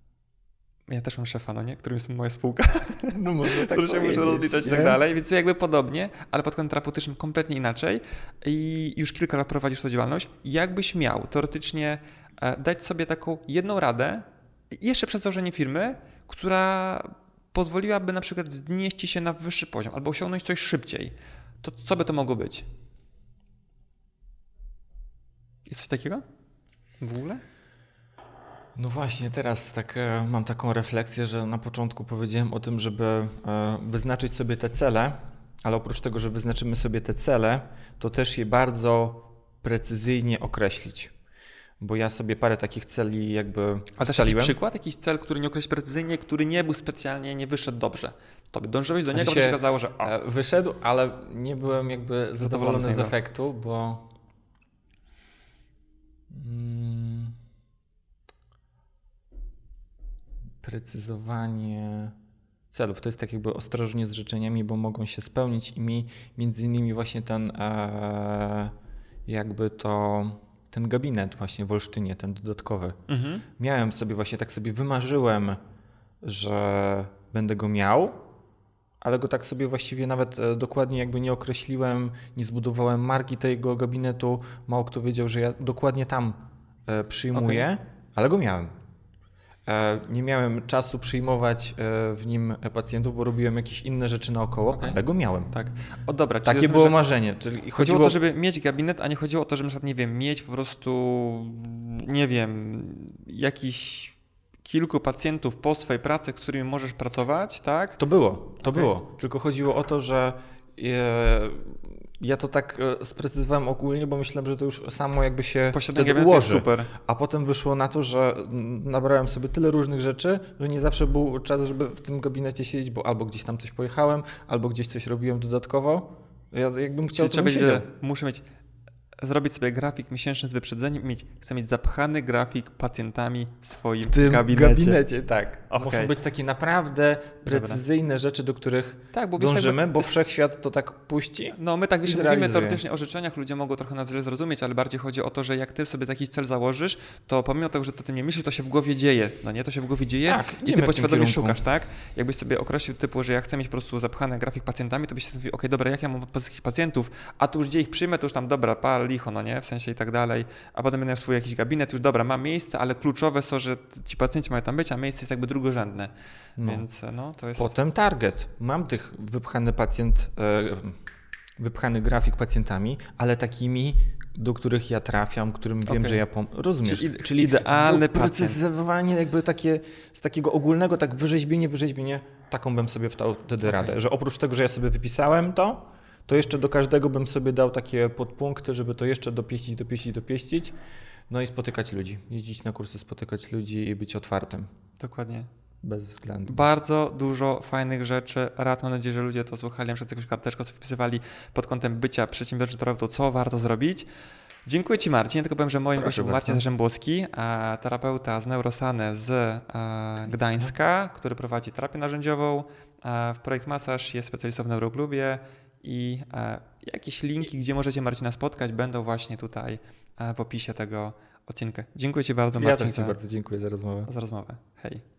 ja też mam szefa, no nie, którym jest moja spółka, no może tak który się muszę rozliczać i tak dalej, więc jakby podobnie, ale pod kątem terapeutycznym kompletnie inaczej i już kilka lat prowadzisz tę działalność. Jakbyś miał teoretycznie dać sobie taką jedną radę, jeszcze przed założeniem firmy, która pozwoliłaby na przykład wznieść się na wyższy poziom albo osiągnąć coś szybciej, to co by to mogło być? Jest coś takiego? W ogóle? No właśnie, teraz tak e, mam taką refleksję, że na początku powiedziałem o tym, żeby e, wyznaczyć sobie te cele, ale oprócz tego, że wyznaczymy sobie te cele, to też je bardzo precyzyjnie określić. Bo ja sobie parę takich celi jakby A też jakiś przykład? Jakiś cel, który nie określić precyzyjnie, który nie był specjalnie, nie wyszedł dobrze. To by dążyłeś do niego, to by się okazało, że o. Wyszedł, ale nie byłem jakby zadowolony z, z efektu, bo hmm, precyzowanie celów to jest tak jakby ostrożnie z życzeniami, bo mogą się spełnić i mi między innymi właśnie ten e, jakby to ten gabinet właśnie w Olsztynie, ten dodatkowy. Mhm. Miałem sobie właśnie, tak sobie wymarzyłem, że będę go miał, ale go tak sobie właściwie nawet dokładnie jakby nie określiłem, nie zbudowałem marki tego gabinetu. Mało kto wiedział, że ja dokładnie tam przyjmuję, okay. ale go miałem. Nie miałem czasu przyjmować w nim pacjentów, bo robiłem jakieś inne rzeczy naokoło, okay. ale go miałem. Tak. O dobra, Takie rozumiem, było że marzenie. Czyli chodziło... chodziło o to, żeby mieć gabinet, a nie chodziło o to, żeby na przykład, nie wiem, mieć po prostu, nie wiem, jakiś kilku pacjentów po swojej pracy, z którymi możesz pracować, tak? To było, to okay. było. Tylko chodziło o to, że ja to tak sprecyzowałem ogólnie, bo myślałem, że to już samo jakby się wtedy ułoży. Super. A potem wyszło na to, że nabrałem sobie tyle różnych rzeczy, że nie zawsze był czas, żeby w tym gabinecie siedzieć, bo albo gdzieś tam coś pojechałem, albo gdzieś coś robiłem dodatkowo. Ja jakbym chciał, to bym siedział. Muszę mieć zrobić sobie grafik miesięczny z wyprzedzeniem, mieć, chcę mieć zapchany grafik pacjentami w swoim w tym gabinecie. gabinecie, tak. Okay. Muszą być takie naprawdę precyzyjne Dobra. rzeczy, do których tak, bo dążymy, jakby, bo wszechświat to tak puści. No my tak wiesz, mówimy teoretycznie o życzeniach, ludzie mogą trochę nas źle zrozumieć, ale bardziej chodzi o to, że jak ty sobie jakiś cel założysz, to pomimo tego, że ty o tym nie myślisz, to się w głowie dzieje, no nie? To się w głowie dzieje tak, i ty podświadomie szukasz, tak? Jakbyś sobie określił typu, że ja chcę mieć po prostu zapchany grafik pacjentami, to byś się mówił, okej, okay, dobra, jak ja mam pozyskać pacjentów, a tu już gdzie ich przyjmę, to już tam dobra, pal, licho, no nie? W sensie i tak dalej, a potem będę miał swój jakiś gabinet, już dobra, mam miejsce, ale kluczowe są, że ci pacjenci mają tam być, a miejsce jest jakby drugorzędne, no. Więc no to jest... Potem target. Mam tych wypchany pacjent, wypchany grafik pacjentami, ale takimi do których ja trafiam, którym wiem, Okay. że ja pom... Rozumiesz? Czyli, Czyli idealny pacjent. Precyzowanie jakby takie, z takiego ogólnego, tak wyrzeźbienie, wyrzeźbienie, taką bym sobie wtał wtedy Okay. radę, że oprócz tego, że ja sobie wypisałem to, to jeszcze do każdego bym sobie dał takie podpunkty, żeby to jeszcze dopieścić, dopieścić, dopieścić, no i spotykać ludzi, jeździć na kursy, spotykać ludzi i być otwartym. Dokładnie. Bez względu. Bardzo dużo fajnych rzeczy. Rad, mam nadzieję, że ludzie to słuchali, przez jakąś karteczkę sobie wpisywali pod kątem bycia przedsiębiorczym terapeutą, co warto zrobić. Dziękuję Ci, Marcin. Tylko powiem, że moim gościem był Marcin Zarzembowski, terapeuta z Neurosany z Gdańska, który prowadzi terapię narzędziową. W Projekt Masaż jest specjalistą w Neuroklubie i jakieś linki, gdzie możecie Marcina spotkać, będą właśnie tutaj w opisie tego odcinka. Dziękuję Ci bardzo, Marcin. Ja też Ci bardzo dziękuję za rozmowę. Za rozmowę. Hej.